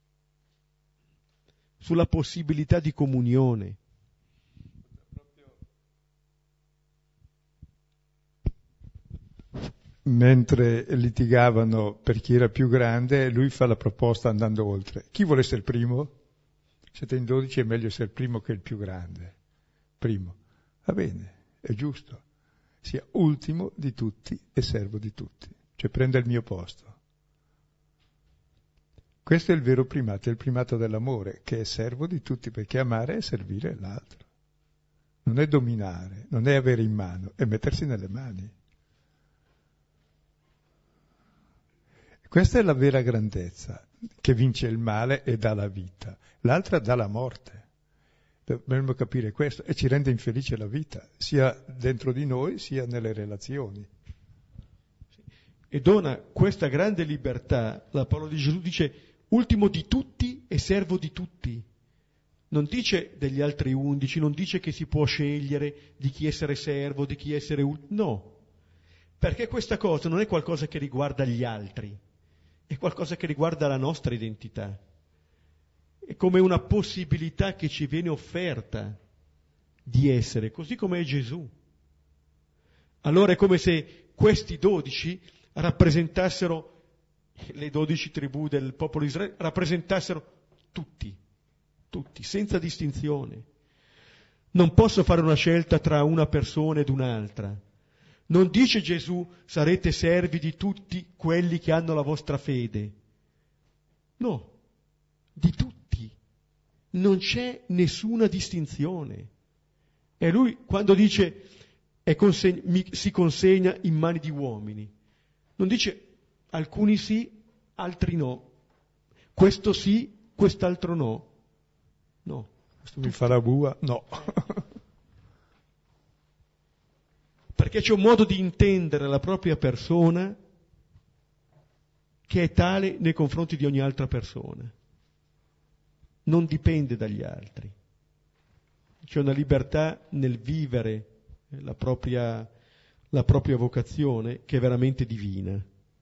sulla possibilità di comunione. Mentre litigavano per chi era più grande, lui fa la proposta andando oltre. Chi vuole essere il primo? Siete in dodici, è meglio essere il primo che il più grande. Primo. Va bene, è giusto. Sia ultimo di tutti e servo di tutti. Cioè prenda il mio posto. Questo è il vero primato, è il primato dell'amore, che è servo di tutti, perché amare è servire l'altro. Non è dominare, non è avere in mano, è mettersi nelle mani. Questa è la vera grandezza, che vince il male e dà la vita. L'altra dà la morte. Dobbiamo capire questo e ci rende infelice la vita, sia dentro di noi sia nelle relazioni. E dona questa grande libertà, la parola di Gesù dice ultimo di tutti e servo di tutti. Non dice degli altri undici, non dice che si può scegliere di chi essere servo, di chi essere ultimo. No, perché questa cosa non è qualcosa che riguarda gli altri, è qualcosa che riguarda la nostra identità. È come una possibilità che ci viene offerta di essere, così come è Gesù. Allora è come se questi dodici rappresentassero, le dodici tribù del popolo di Israele, rappresentassero tutti, tutti, senza distinzione. Non posso fare una scelta tra una persona ed un'altra. Non dice Gesù sarete servi di tutti quelli che hanno la vostra fede. No, di tutti. Non c'è nessuna distinzione. E lui quando dice è conseg- mi, si consegna in mani di uomini, non dice alcuni sì, altri no. Questo sì, quest'altro no. No. Questo mi fa la bua? No. Perché c'è un modo di intendere la propria persona che è tale nei confronti di ogni altra persona. Non dipende dagli altri. C'è una libertà nel vivere la propria, la propria vocazione che è veramente divina.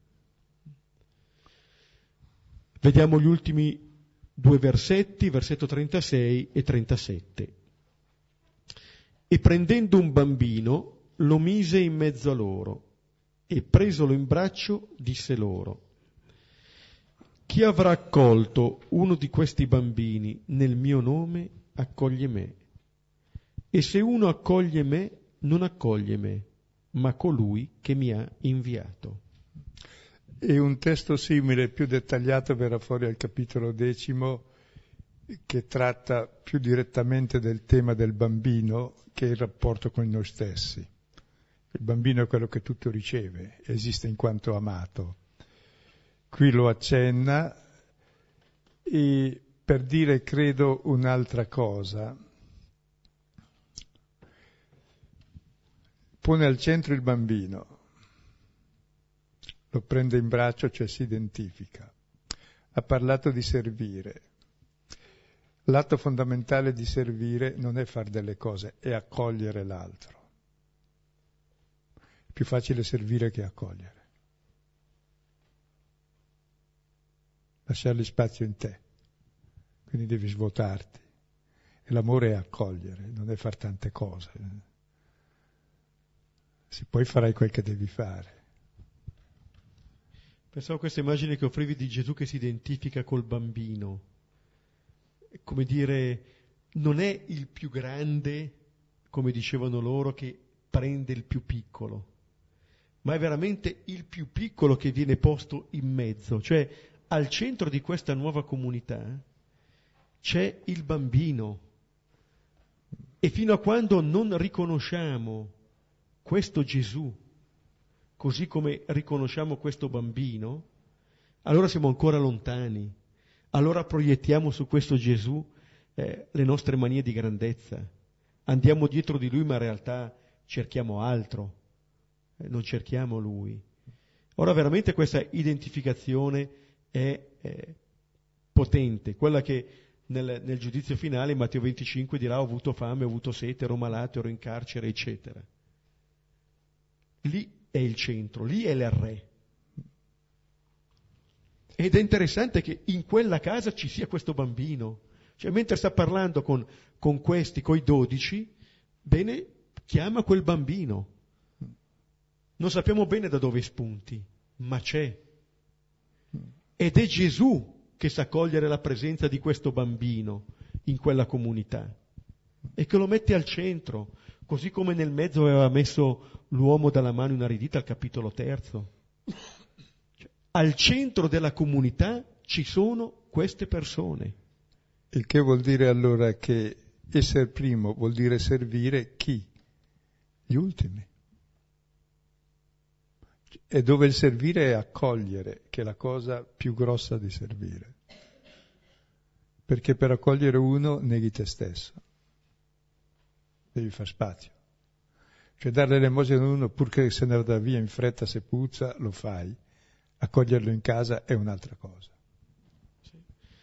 Vediamo gli ultimi due versetti, versetto trentasei e trentasette. E prendendo un bambino lo mise in mezzo a loro e presolo in braccio disse loro: chi avrà accolto uno di questi bambini nel mio nome, accoglie me. E se uno accoglie me, non accoglie me, ma colui che mi ha inviato. E un testo simile, più dettagliato, verrà fuori al capitolo decimo, che tratta più direttamente del tema del bambino, che è il rapporto con noi stessi. Il bambino è quello che tutto riceve, esiste in quanto amato. Qui lo accenna, e per dire, credo, un'altra cosa, pone al centro il bambino, lo prende in braccio, cioè si identifica. Ha parlato di servire. L'atto fondamentale di servire non è fare delle cose, è accogliere l'altro. È più facile servire che accogliere. Lasciargli spazio in te, quindi devi svuotarti. E l'amore è accogliere, non è far tante cose. Se poi farai quel che devi fare. Pensavo a questa immagine che offrivi di Gesù che si identifica col bambino. Come dire, non è il più grande, come dicevano loro, che prende il più piccolo, ma è veramente il più piccolo che viene posto in mezzo, cioè al centro di questa nuova comunità c'è il bambino. E fino a quando non riconosciamo questo Gesù, così come riconosciamo questo bambino, allora siamo ancora lontani. Allora proiettiamo su questo Gesù eh, le nostre manie di grandezza. Andiamo dietro di Lui, ma in realtà cerchiamo altro, eh, non cerchiamo Lui. Ora veramente questa identificazione è eh, potente, quella che nel, nel giudizio finale Matteo venticinque dirà: ho avuto fame, ho avuto sete, ero malato, ero in carcere, eccetera. Lì è il centro, lì è il re. Ed è interessante che in quella casa ci sia questo bambino. Cioè, mentre sta parlando con, con questi, coi dodici, bene, chiama quel bambino. Non sappiamo bene da dove spunti, ma c'è. Ed è Gesù che sa cogliere la presenza di questo bambino in quella comunità e che lo mette al centro, così come nel mezzo aveva messo l'uomo dalla mano inaridita al capitolo terzo. Al centro della comunità ci sono queste persone. Il che vuol dire allora che essere primo vuol dire servire chi? Gli ultimi. E dove il servire è accogliere, che è la cosa più grossa di servire. Perché per accogliere uno neghi te stesso. Devi far spazio. Cioè dare l'elemosina a uno purché se ne vada via in fretta se puzza, lo fai. Accoglierlo in casa è un'altra cosa. Sì.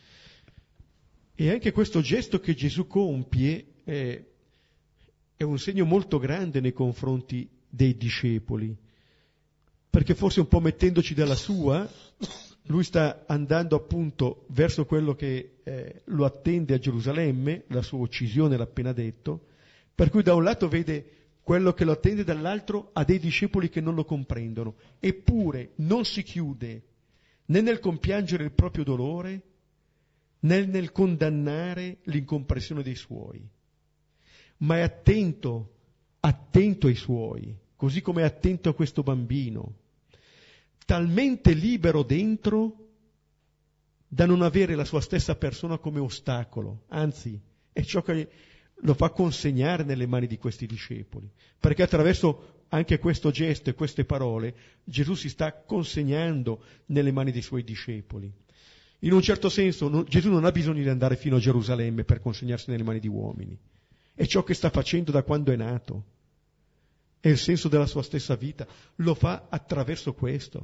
E anche questo gesto che Gesù compie è, è un segno molto grande nei confronti dei discepoli, perché forse un po' mettendoci dalla sua, lui sta andando appunto verso quello che eh, lo attende a Gerusalemme, la sua uccisione, l'ha appena detto, per cui da un lato vede quello che lo attende, dall'altro ha dei discepoli che non lo comprendono, eppure non si chiude né nel compiangere il proprio dolore né nel condannare l'incomprensione dei suoi, ma è attento, attento ai suoi, così come è attento a questo bambino, talmente libero dentro da non avere la sua stessa persona come ostacolo, anzi è ciò che lo fa consegnare nelle mani di questi discepoli, perché attraverso anche questo gesto e queste parole Gesù si sta consegnando nelle mani dei suoi discepoli. In un certo senso no, Gesù non ha bisogno di andare fino a Gerusalemme per consegnarsi nelle mani di uomini, è ciò che sta facendo da quando è nato, è il senso della sua stessa vita, lo fa attraverso questo,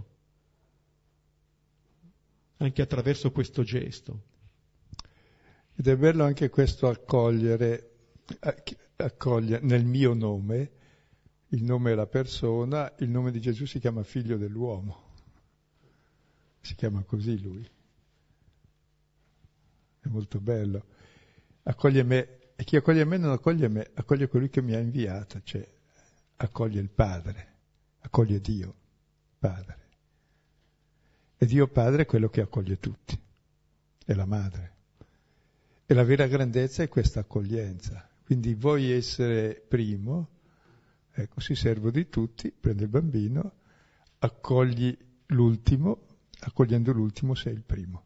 anche attraverso questo gesto. Ed è bello anche questo accogliere, accogliere nel mio nome, il nome è la persona, il nome di Gesù si chiama figlio dell'uomo, si chiama così lui, è molto bello, accoglie me, e chi accoglie me non accoglie me, accoglie colui che mi ha inviato, cioè accoglie il Padre, accoglie Dio, Padre. E Dio Padre è quello che accoglie tutti, è la madre. E la vera grandezza è questa accoglienza. Quindi vuoi essere primo, ecco, si servo di tutti, prende il bambino, accogli l'ultimo, accogliendo l'ultimo sei il primo.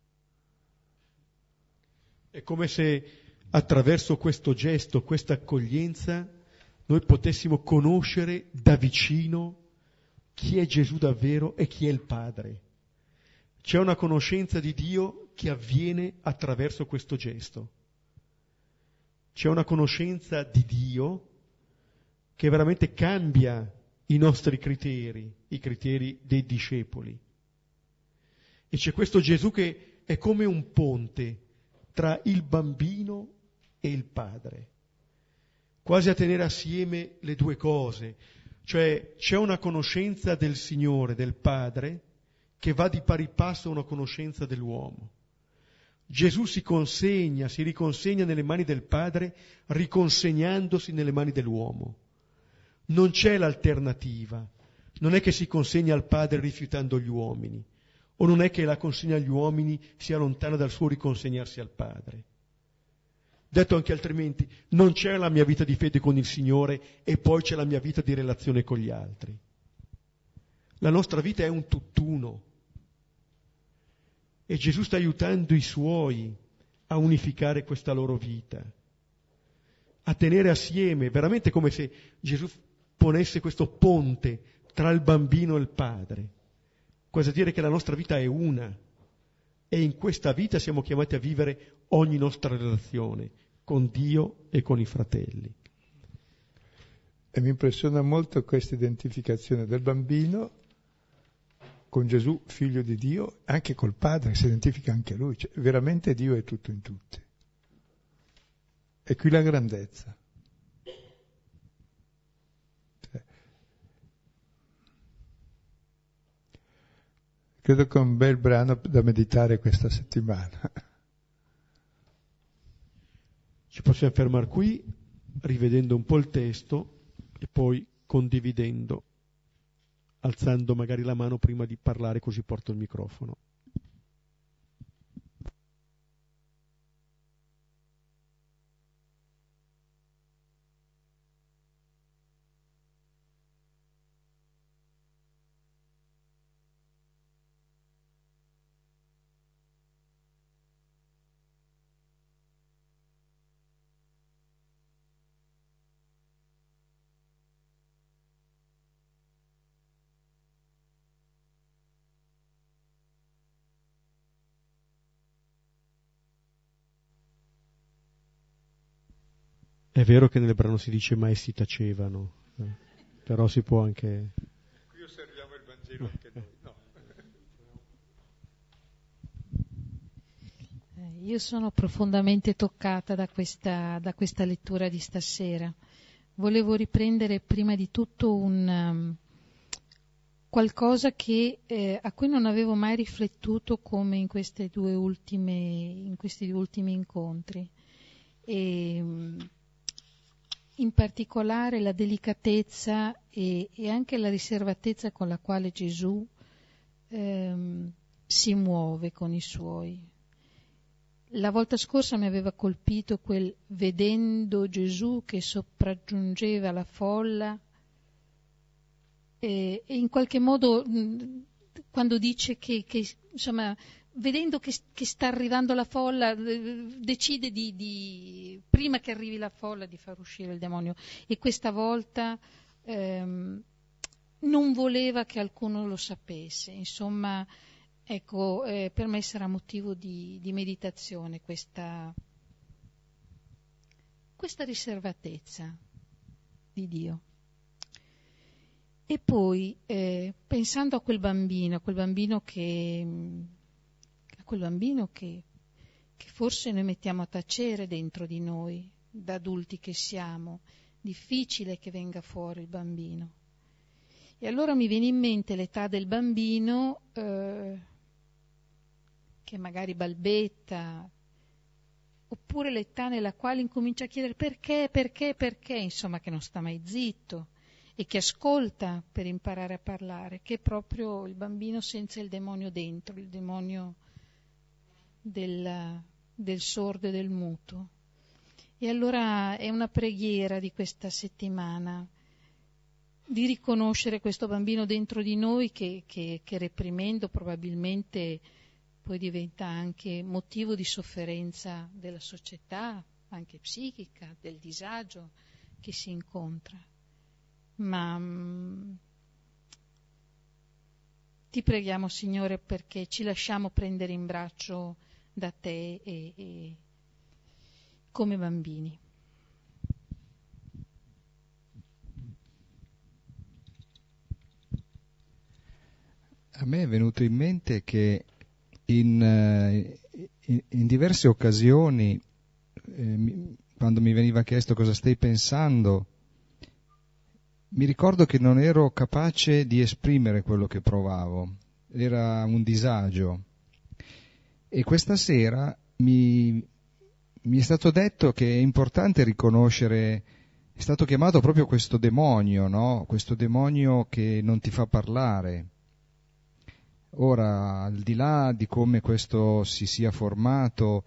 È come se attraverso questo gesto, questa accoglienza, noi potessimo conoscere da vicino chi è Gesù davvero e chi è il Padre. C'è una conoscenza di Dio che avviene attraverso questo gesto. C'è una conoscenza di Dio che veramente cambia i nostri criteri, i criteri dei discepoli. E c'è questo Gesù che è come un ponte tra il bambino e il Padre, quasi a tenere assieme le due cose. Cioè c'è una conoscenza del Signore, del Padre, che va di pari passo a una conoscenza dell'uomo. Gesù si consegna, si riconsegna nelle mani del Padre, riconsegnandosi nelle mani dell'uomo. Non c'è l'alternativa, non è che si consegna al Padre rifiutando gli uomini, o non è che la consegna agli uomini sia lontana dal suo riconsegnarsi al Padre. Detto anche altrimenti, non c'è la mia vita di fede con il Signore e poi c'è la mia vita di relazione con gli altri. La nostra vita è un tutt'uno. E Gesù sta aiutando i Suoi a unificare questa loro vita, a tenere assieme, veramente come se Gesù ponesse questo ponte tra il bambino e il Padre. Cosa dire che la nostra vita è una e in questa vita siamo chiamati a vivere ogni nostra relazione con Dio e con i fratelli. E mi impressiona molto questa identificazione del bambino con Gesù, figlio di Dio, anche col Padre, si identifica anche lui, cioè, veramente Dio è tutto in tutti. E qui la grandezza. Cioè, credo che è un bel brano da meditare questa settimana. Ci possiamo fermare qui, rivedendo un po' il testo e poi condividendo, alzando magari la mano prima di parlare, così porto il microfono. È vero che nel brano si dice mai si tacevano, eh, però si può anche... Qui osserviamo il Vangelo anche noi, no? Io sono profondamente toccata da questa, da questa lettura di stasera. Volevo riprendere prima di tutto un, um, qualcosa che, eh, a cui non avevo mai riflettuto come in, queste due ultime, in questi due ultimi incontri. E, um, in particolare la delicatezza e, e anche la riservatezza con la quale Gesù ehm, si muove con i Suoi. La volta scorsa mi aveva colpito quel vedendo Gesù che sopraggiungeva la folla e, e in qualche modo mh, quando dice che, che insomma vedendo che, che sta arrivando la folla, decide di, di, prima che arrivi la folla, di far uscire il demonio. E questa volta ehm, non voleva che alcuno lo sapesse. Insomma, ecco, eh, per me sarà motivo di, di meditazione questa, questa riservatezza di Dio. E poi, eh, pensando a quel bambino, a quel bambino che... quel bambino che, che forse noi mettiamo a tacere dentro di noi, da adulti che siamo, difficile che venga fuori il bambino. E allora mi viene in mente l'età del bambino eh, che magari balbetta, oppure l'età nella quale incomincia a chiedere perché, perché, perché, insomma che non sta mai zitto. e che ascolta per imparare a parlare, che è proprio il bambino senza il demonio dentro, il demonio del, del sordo e del muto. E allora è una preghiera di questa settimana di riconoscere questo bambino dentro di noi che, che, che reprimendo probabilmente poi diventa anche motivo di sofferenza della società, anche psichica, del disagio che si incontra. Ma mh, ti preghiamo, Signore, perché ci lasciamo prendere in braccio da te e, e come bambini. A me è venuto in mente che in, in, in diverse occasioni, eh, quando mi veniva chiesto cosa stai pensando, mi ricordo che non ero capace di esprimere quello che provavo, era un disagio. E questa sera mi, mi è stato detto che è importante riconoscere, è stato chiamato proprio questo demonio, no? Questo demonio che non ti fa parlare. Ora, al di là di come questo si sia formato,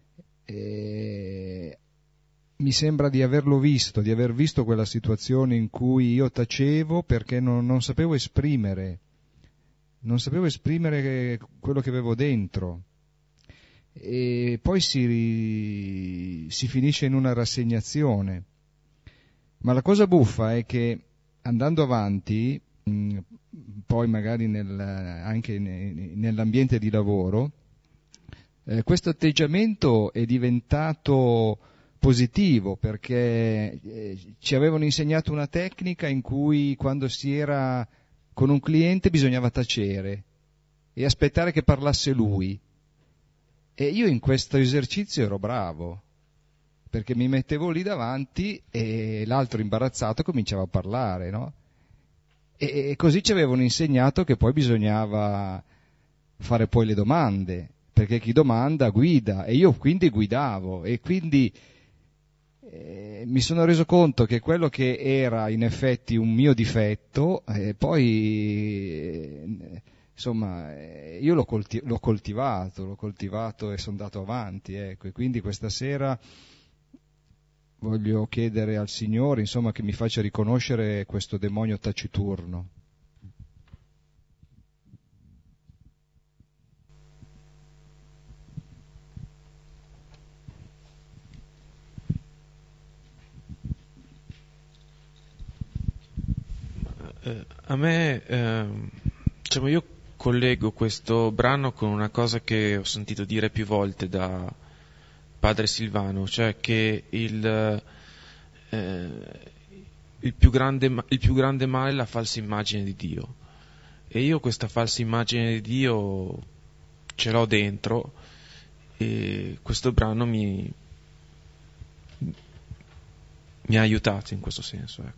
eh, mi sembra di averlo visto, di aver visto quella situazione in cui io tacevo perché non, non sapevo esprimere, non sapevo esprimere quello che avevo dentro. E poi si, si finisce in una rassegnazione. Ma la cosa buffa è che andando avanti, mh, poi magari nel, anche ne, nell'ambiente di lavoro, eh, questo atteggiamento è diventato positivo perché eh, ci avevano insegnato una tecnica in cui quando si era con un cliente bisognava tacere e aspettare che parlasse lui. E io in questo esercizio ero bravo, perché mi mettevo lì davanti e l'altro imbarazzato cominciava a parlare, no? E, e così ci avevano insegnato che poi bisognava fare poi le domande, perché chi domanda guida, e io quindi guidavo, e quindi eh, mi sono reso conto che quello che era in effetti un mio difetto, eh, poi... Eh, Insomma, io l'ho, colti- l'ho coltivato, l'ho coltivato e sono andato avanti, ecco. E quindi questa sera voglio chiedere al Signore, insomma, che mi faccia riconoscere questo demonio taciturno. Eh, a me, eh, diciamo, io collego questo brano con una cosa che ho sentito dire più volte da padre Silvano, cioè che il, eh, il, più grande, il più grande male è la falsa immagine di Dio. E io questa falsa immagine di Dio ce l'ho dentro e questo brano mi, mi ha aiutato in questo senso, ecco.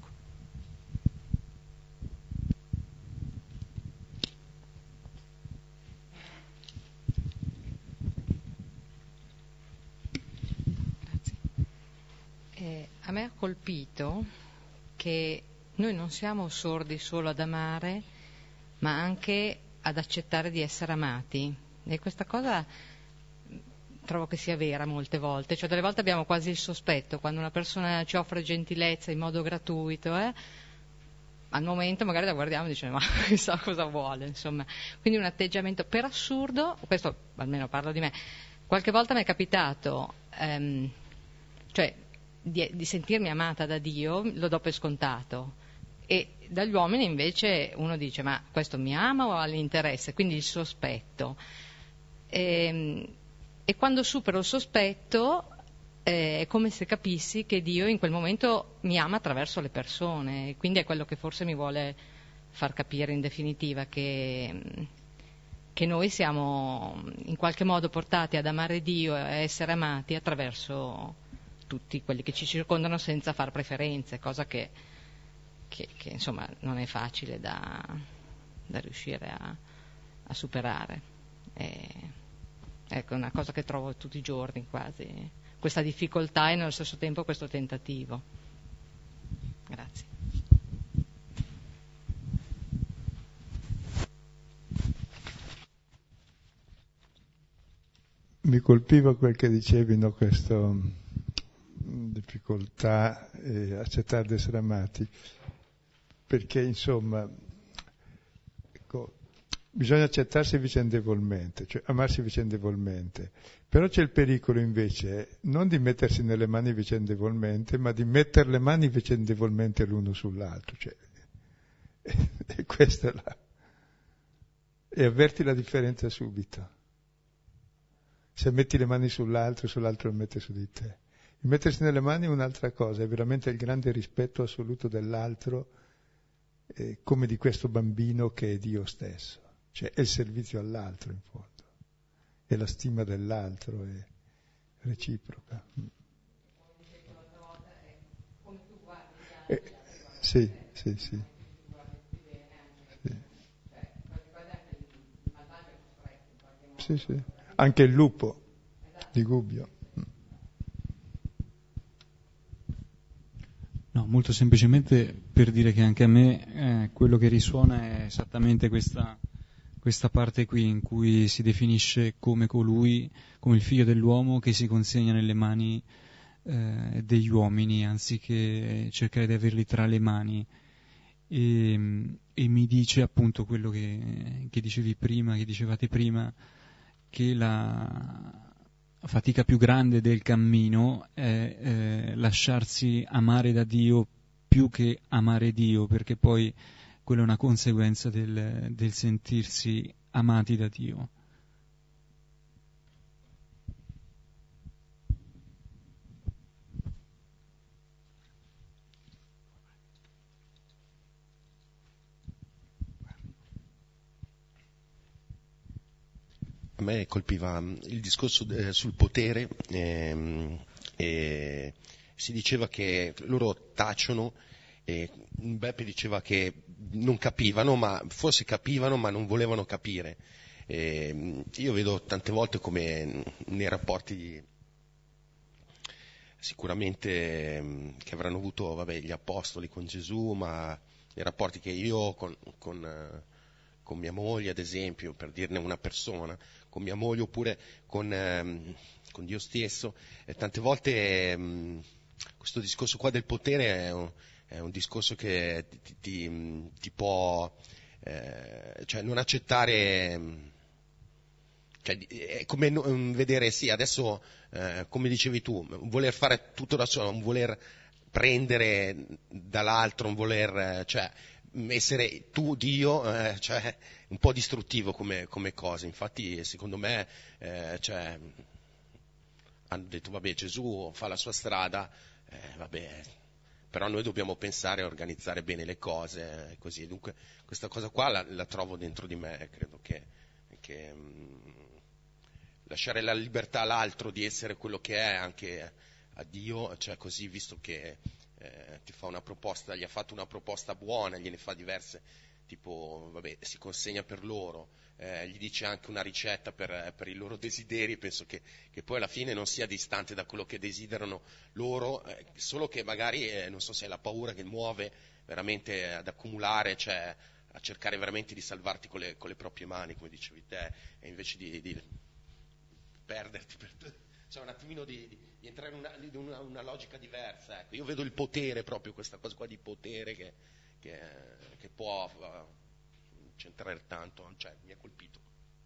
Eh, a me ha colpito che noi non siamo sordi solo ad amare, ma anche ad accettare di essere amati. E questa cosa trovo che sia vera molte volte. Cioè, delle volte abbiamo quasi il sospetto, quando una persona ci offre gentilezza in modo gratuito, eh, al momento magari la guardiamo e diciamo, ma chissà cosa vuole, insomma. Quindi un atteggiamento per assurdo, questo almeno parlo di me, qualche volta mi è capitato, ehm, cioè, Di, di sentirmi amata da Dio, lo do per scontato, e dagli uomini invece uno dice ma questo mi ama o ha l'interesse, quindi il sospetto, e, e quando supero il sospetto eh, è come se capissi che Dio in quel momento mi ama attraverso le persone, e quindi è quello che forse mi vuole far capire in definitiva, che, che noi siamo in qualche modo portati ad amare Dio e a essere amati attraverso tutti quelli che ci circondano senza far preferenze, cosa che, che, che insomma non è facile da, da riuscire a, a superare. È, ecco, una cosa che trovo tutti i giorni quasi, questa difficoltà e nello stesso tempo questo tentativo. Grazie. mi colpiva quel che dicevi, no, questa difficoltà eh, accettare di essere amati, perché insomma, ecco, bisogna accettarsi vicendevolmente, cioè amarsi vicendevolmente, però c'è il pericolo invece non di mettersi nelle mani vicendevolmente, ma di mettere le mani vicendevolmente l'uno sull'altro, cioè, e, e questa è la... e avverti la differenza subito. Se metti le mani sull'altro, sull'altro le mette su di te. Il mettersi nelle mani è un'altra cosa, è veramente il grande rispetto assoluto dell'altro, eh, come di questo bambino che è Dio stesso. Cioè è il servizio all'altro in fondo, è la stima dell'altro, è reciproca. Eh, sì, sì, sì. Sì, sì. Anche il lupo di Gubbio. No, molto semplicemente per dire che anche a me eh, quello che risuona è esattamente questa, questa parte qui in cui si definisce come colui, come il figlio dell'uomo che si consegna nelle mani eh, degli uomini anziché cercare di averli tra le mani. E, e mi dice appunto quello che, che dicevi prima, che dicevate prima, che la fatica più grande del cammino è eh, lasciarsi amare da Dio più che amare Dio, perché poi quella è una conseguenza del, del sentirsi amati da Dio. A me colpiva il discorso eh, sul potere, ehm, e si diceva che loro tacciono, e Beppe diceva che non capivano, ma forse capivano ma non volevano capire. E io vedo tante volte come nei rapporti sicuramente che avranno avuto vabbè, gli apostoli con Gesù, ma nei rapporti che io ho con, con, con mia moglie, ad esempio, per dirne una persona, con mia moglie oppure con, ehm, con Dio stesso, e tante volte ehm, questo discorso qua del potere è un, è un discorso che ti, ti, ti può, eh, cioè non accettare, cioè, è come non, vedere, sì, adesso, eh, come dicevi tu, voler fare tutto da solo, non voler prendere dall'altro, non voler, cioè, essere tu Dio, eh, cioè un po' distruttivo come, come cosa. Infatti secondo me eh, cioè, hanno detto vabbè, Gesù fa la sua strada, eh, vabbè, però noi dobbiamo pensare a organizzare bene le cose, eh, così. Dunque questa cosa qua la, la trovo dentro di me, credo che, che mh, lasciare la libertà all'altro di essere quello che è anche a Dio, cioè così, visto che Eh, ti fa una proposta, gli ha fatto una proposta buona, gliene fa diverse, tipo, vabbè, si consegna per loro, eh, gli dice anche una ricetta per, per i loro desideri, penso che, che poi alla fine non sia distante da quello che desiderano loro, eh, solo che magari, eh, non so se è la paura che muove veramente ad accumulare, cioè a cercare veramente di salvarti con le, con le proprie mani, come dicevi te, e invece di, di perderti per te. Cioè un attimino di, di, di entrare in una, in una, una logica diversa. Ecco. Io vedo il potere proprio, questa cosa qua di potere che, che, che può uh, centrare tanto, cioè mi ha colpito.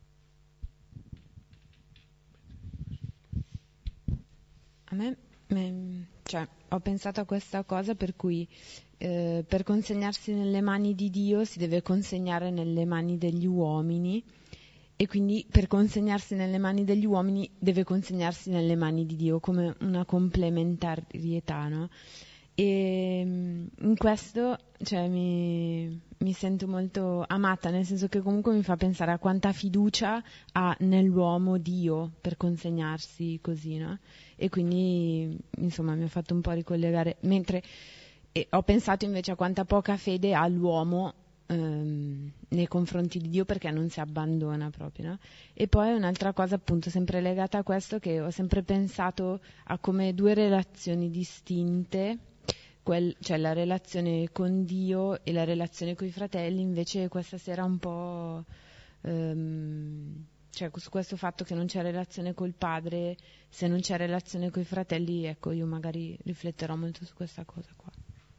A me, me cioè, ho pensato a questa cosa per cui eh, per consegnarsi nelle mani di Dio si deve consegnare nelle mani degli uomini. E quindi per consegnarsi nelle mani degli uomini deve consegnarsi nelle mani di Dio, come una complementarietà, no? E in questo, cioè, mi, mi sento molto amata, nel senso che comunque mi fa pensare a quanta fiducia ha nell'uomo Dio per consegnarsi così, no? E quindi, insomma, mi ha fatto un po' ricollegare, mentre eh, ho pensato invece a quanta poca fede ha l'uomo nei confronti di Dio, perché non si abbandona proprio, no? E poi un'altra cosa appunto sempre legata a questo, che ho sempre pensato a come due relazioni distinte, quel, cioè la relazione con Dio e la relazione con i fratelli, invece questa sera un po' ehm, cioè su questo fatto che non c'è relazione col padre, se non c'è relazione coi fratelli, ecco, io magari rifletterò molto su questa cosa qua.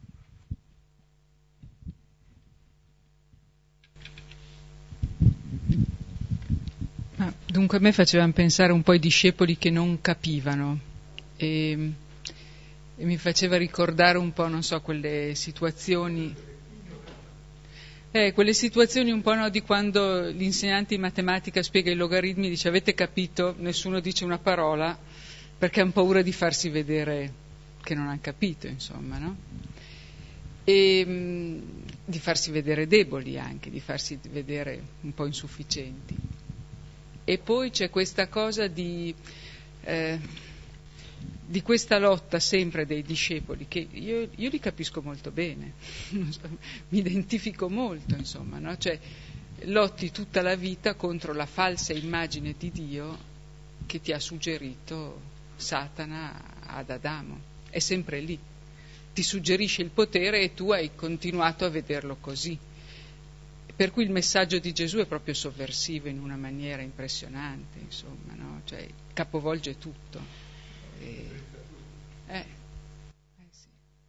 Ah, dunque a me facevano pensare un po' ai discepoli che non capivano e, e mi faceva ricordare un po', non so, quelle situazioni Eh, quelle situazioni un po', no, di quando l'insegnante di matematica spiega i logaritmi, dice avete capito, nessuno dice una parola perché hanno paura di farsi vedere che non hanno capito, insomma, no? E mh, di farsi vedere deboli anche, di farsi vedere un po' insufficienti. E poi c'è questa cosa di... Eh, di questa lotta sempre dei discepoli, che io, io li capisco molto bene, mi identifico molto, insomma, no? Cioè, lotti tutta la vita contro la falsa immagine di Dio che ti ha suggerito Satana ad Adamo, è sempre lì, ti suggerisce il potere e tu hai continuato a vederlo così. Per cui il messaggio di Gesù è proprio sovversivo in una maniera impressionante, insomma, no? Cioè, capovolge tutto. Eh, eh, sì.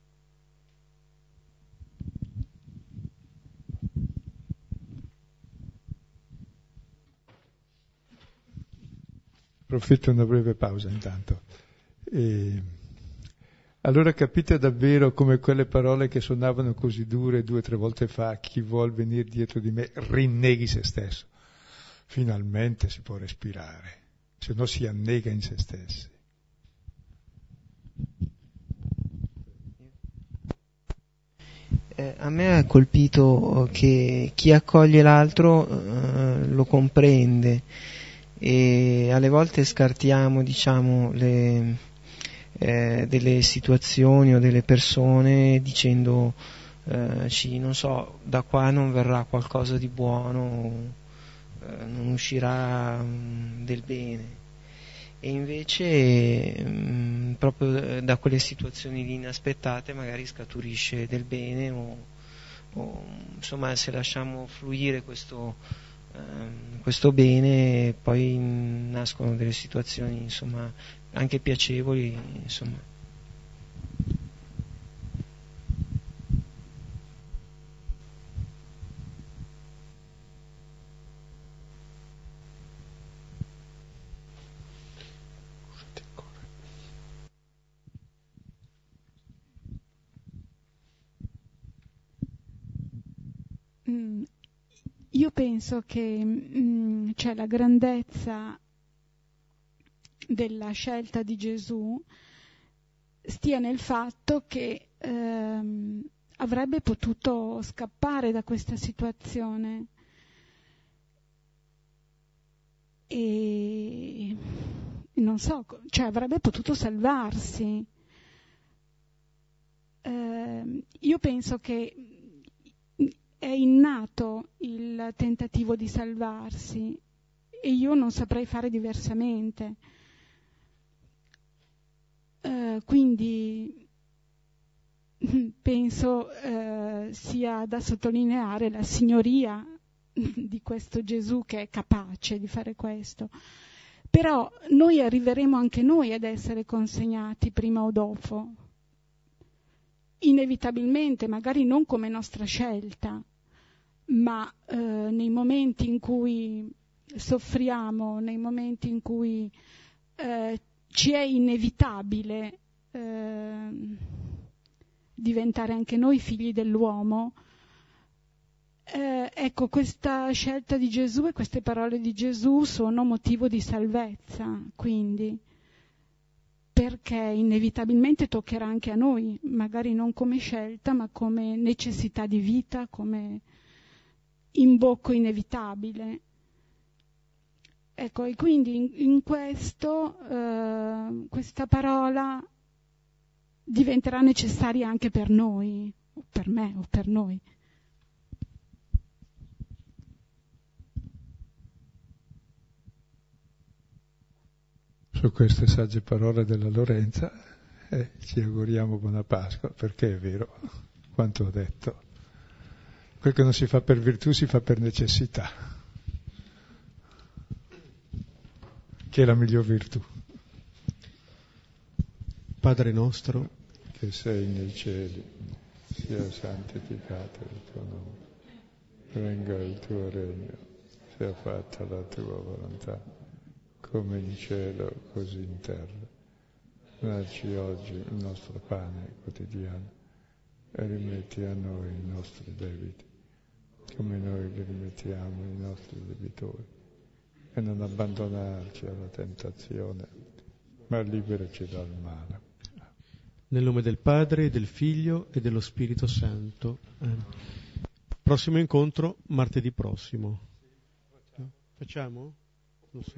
Approfitto una breve pausa intanto. E allora capite davvero come quelle parole che suonavano così dure due o tre volte fa, chi vuol venire dietro di me rinneghi se stesso. Finalmente si può respirare, se no si annega in se stessi. Eh, a me ha colpito che chi accoglie l'altro eh, lo comprende e alle volte scartiamo, diciamo, le, eh, delle situazioni o delle persone dicendo eh, ci, non so, da qua non verrà qualcosa di buono, eh, non uscirà um, del bene. E invece mh, proprio da quelle situazioni lì inaspettate magari scaturisce del bene o, o insomma se lasciamo fluire questo, ehm, questo bene poi nascono delle situazioni insomma anche piacevoli, insomma. Io penso che mh, cioè la grandezza della scelta di Gesù stia nel fatto che ehm, avrebbe potuto scappare da questa situazione e non so, cioè avrebbe potuto salvarsi. Eh, io penso che è innato il tentativo di salvarsi e io non saprei fare diversamente. Uh, quindi penso uh, sia da sottolineare la signoria di questo Gesù che è capace di fare questo. Però noi arriveremo anche noi ad essere consegnati prima o dopo, inevitabilmente, magari non come nostra scelta, ma eh, nei momenti in cui soffriamo, nei momenti in cui eh, ci è inevitabile eh, diventare anche noi figli dell'uomo, eh, ecco, questa scelta di Gesù e queste parole di Gesù sono motivo di salvezza, quindi, perché inevitabilmente toccherà anche a noi, magari non come scelta, ma come necessità di vita, come imbocco inevitabile. Ecco, e quindi in, in questo eh, questa parola diventerà necessaria anche per noi, o per me o per noi. Su queste sagge parole della Lorenza eh, ci auguriamo buona Pasqua, perché è vero quanto ho detto. Quel che non si fa per virtù si fa per necessità. che è la miglior virtù. Padre nostro, che sei nei cieli, sia santificato il tuo nome, venga il tuo regno, sia fatta la tua volontà, come in cielo, così in terra. Dacci oggi il nostro pane quotidiano e rimetti a noi i nostri debiti, come noi li rimettiamo ai nostri debitori, e non abbandonarci alla tentazione, ma liberaci dal male. Nel nome del Padre, del Figlio e dello Spirito Santo. Amen. Prossimo incontro martedì prossimo. Facciamo? Non so.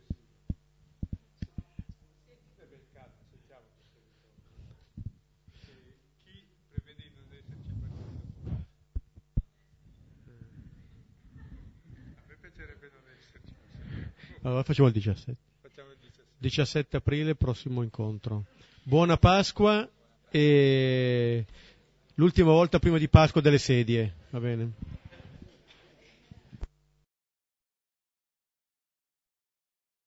Allora facciamo il diciassette. diciassette aprile, prossimo incontro. Buona Pasqua e l'ultima volta prima di Pasqua delle sedie, va bene?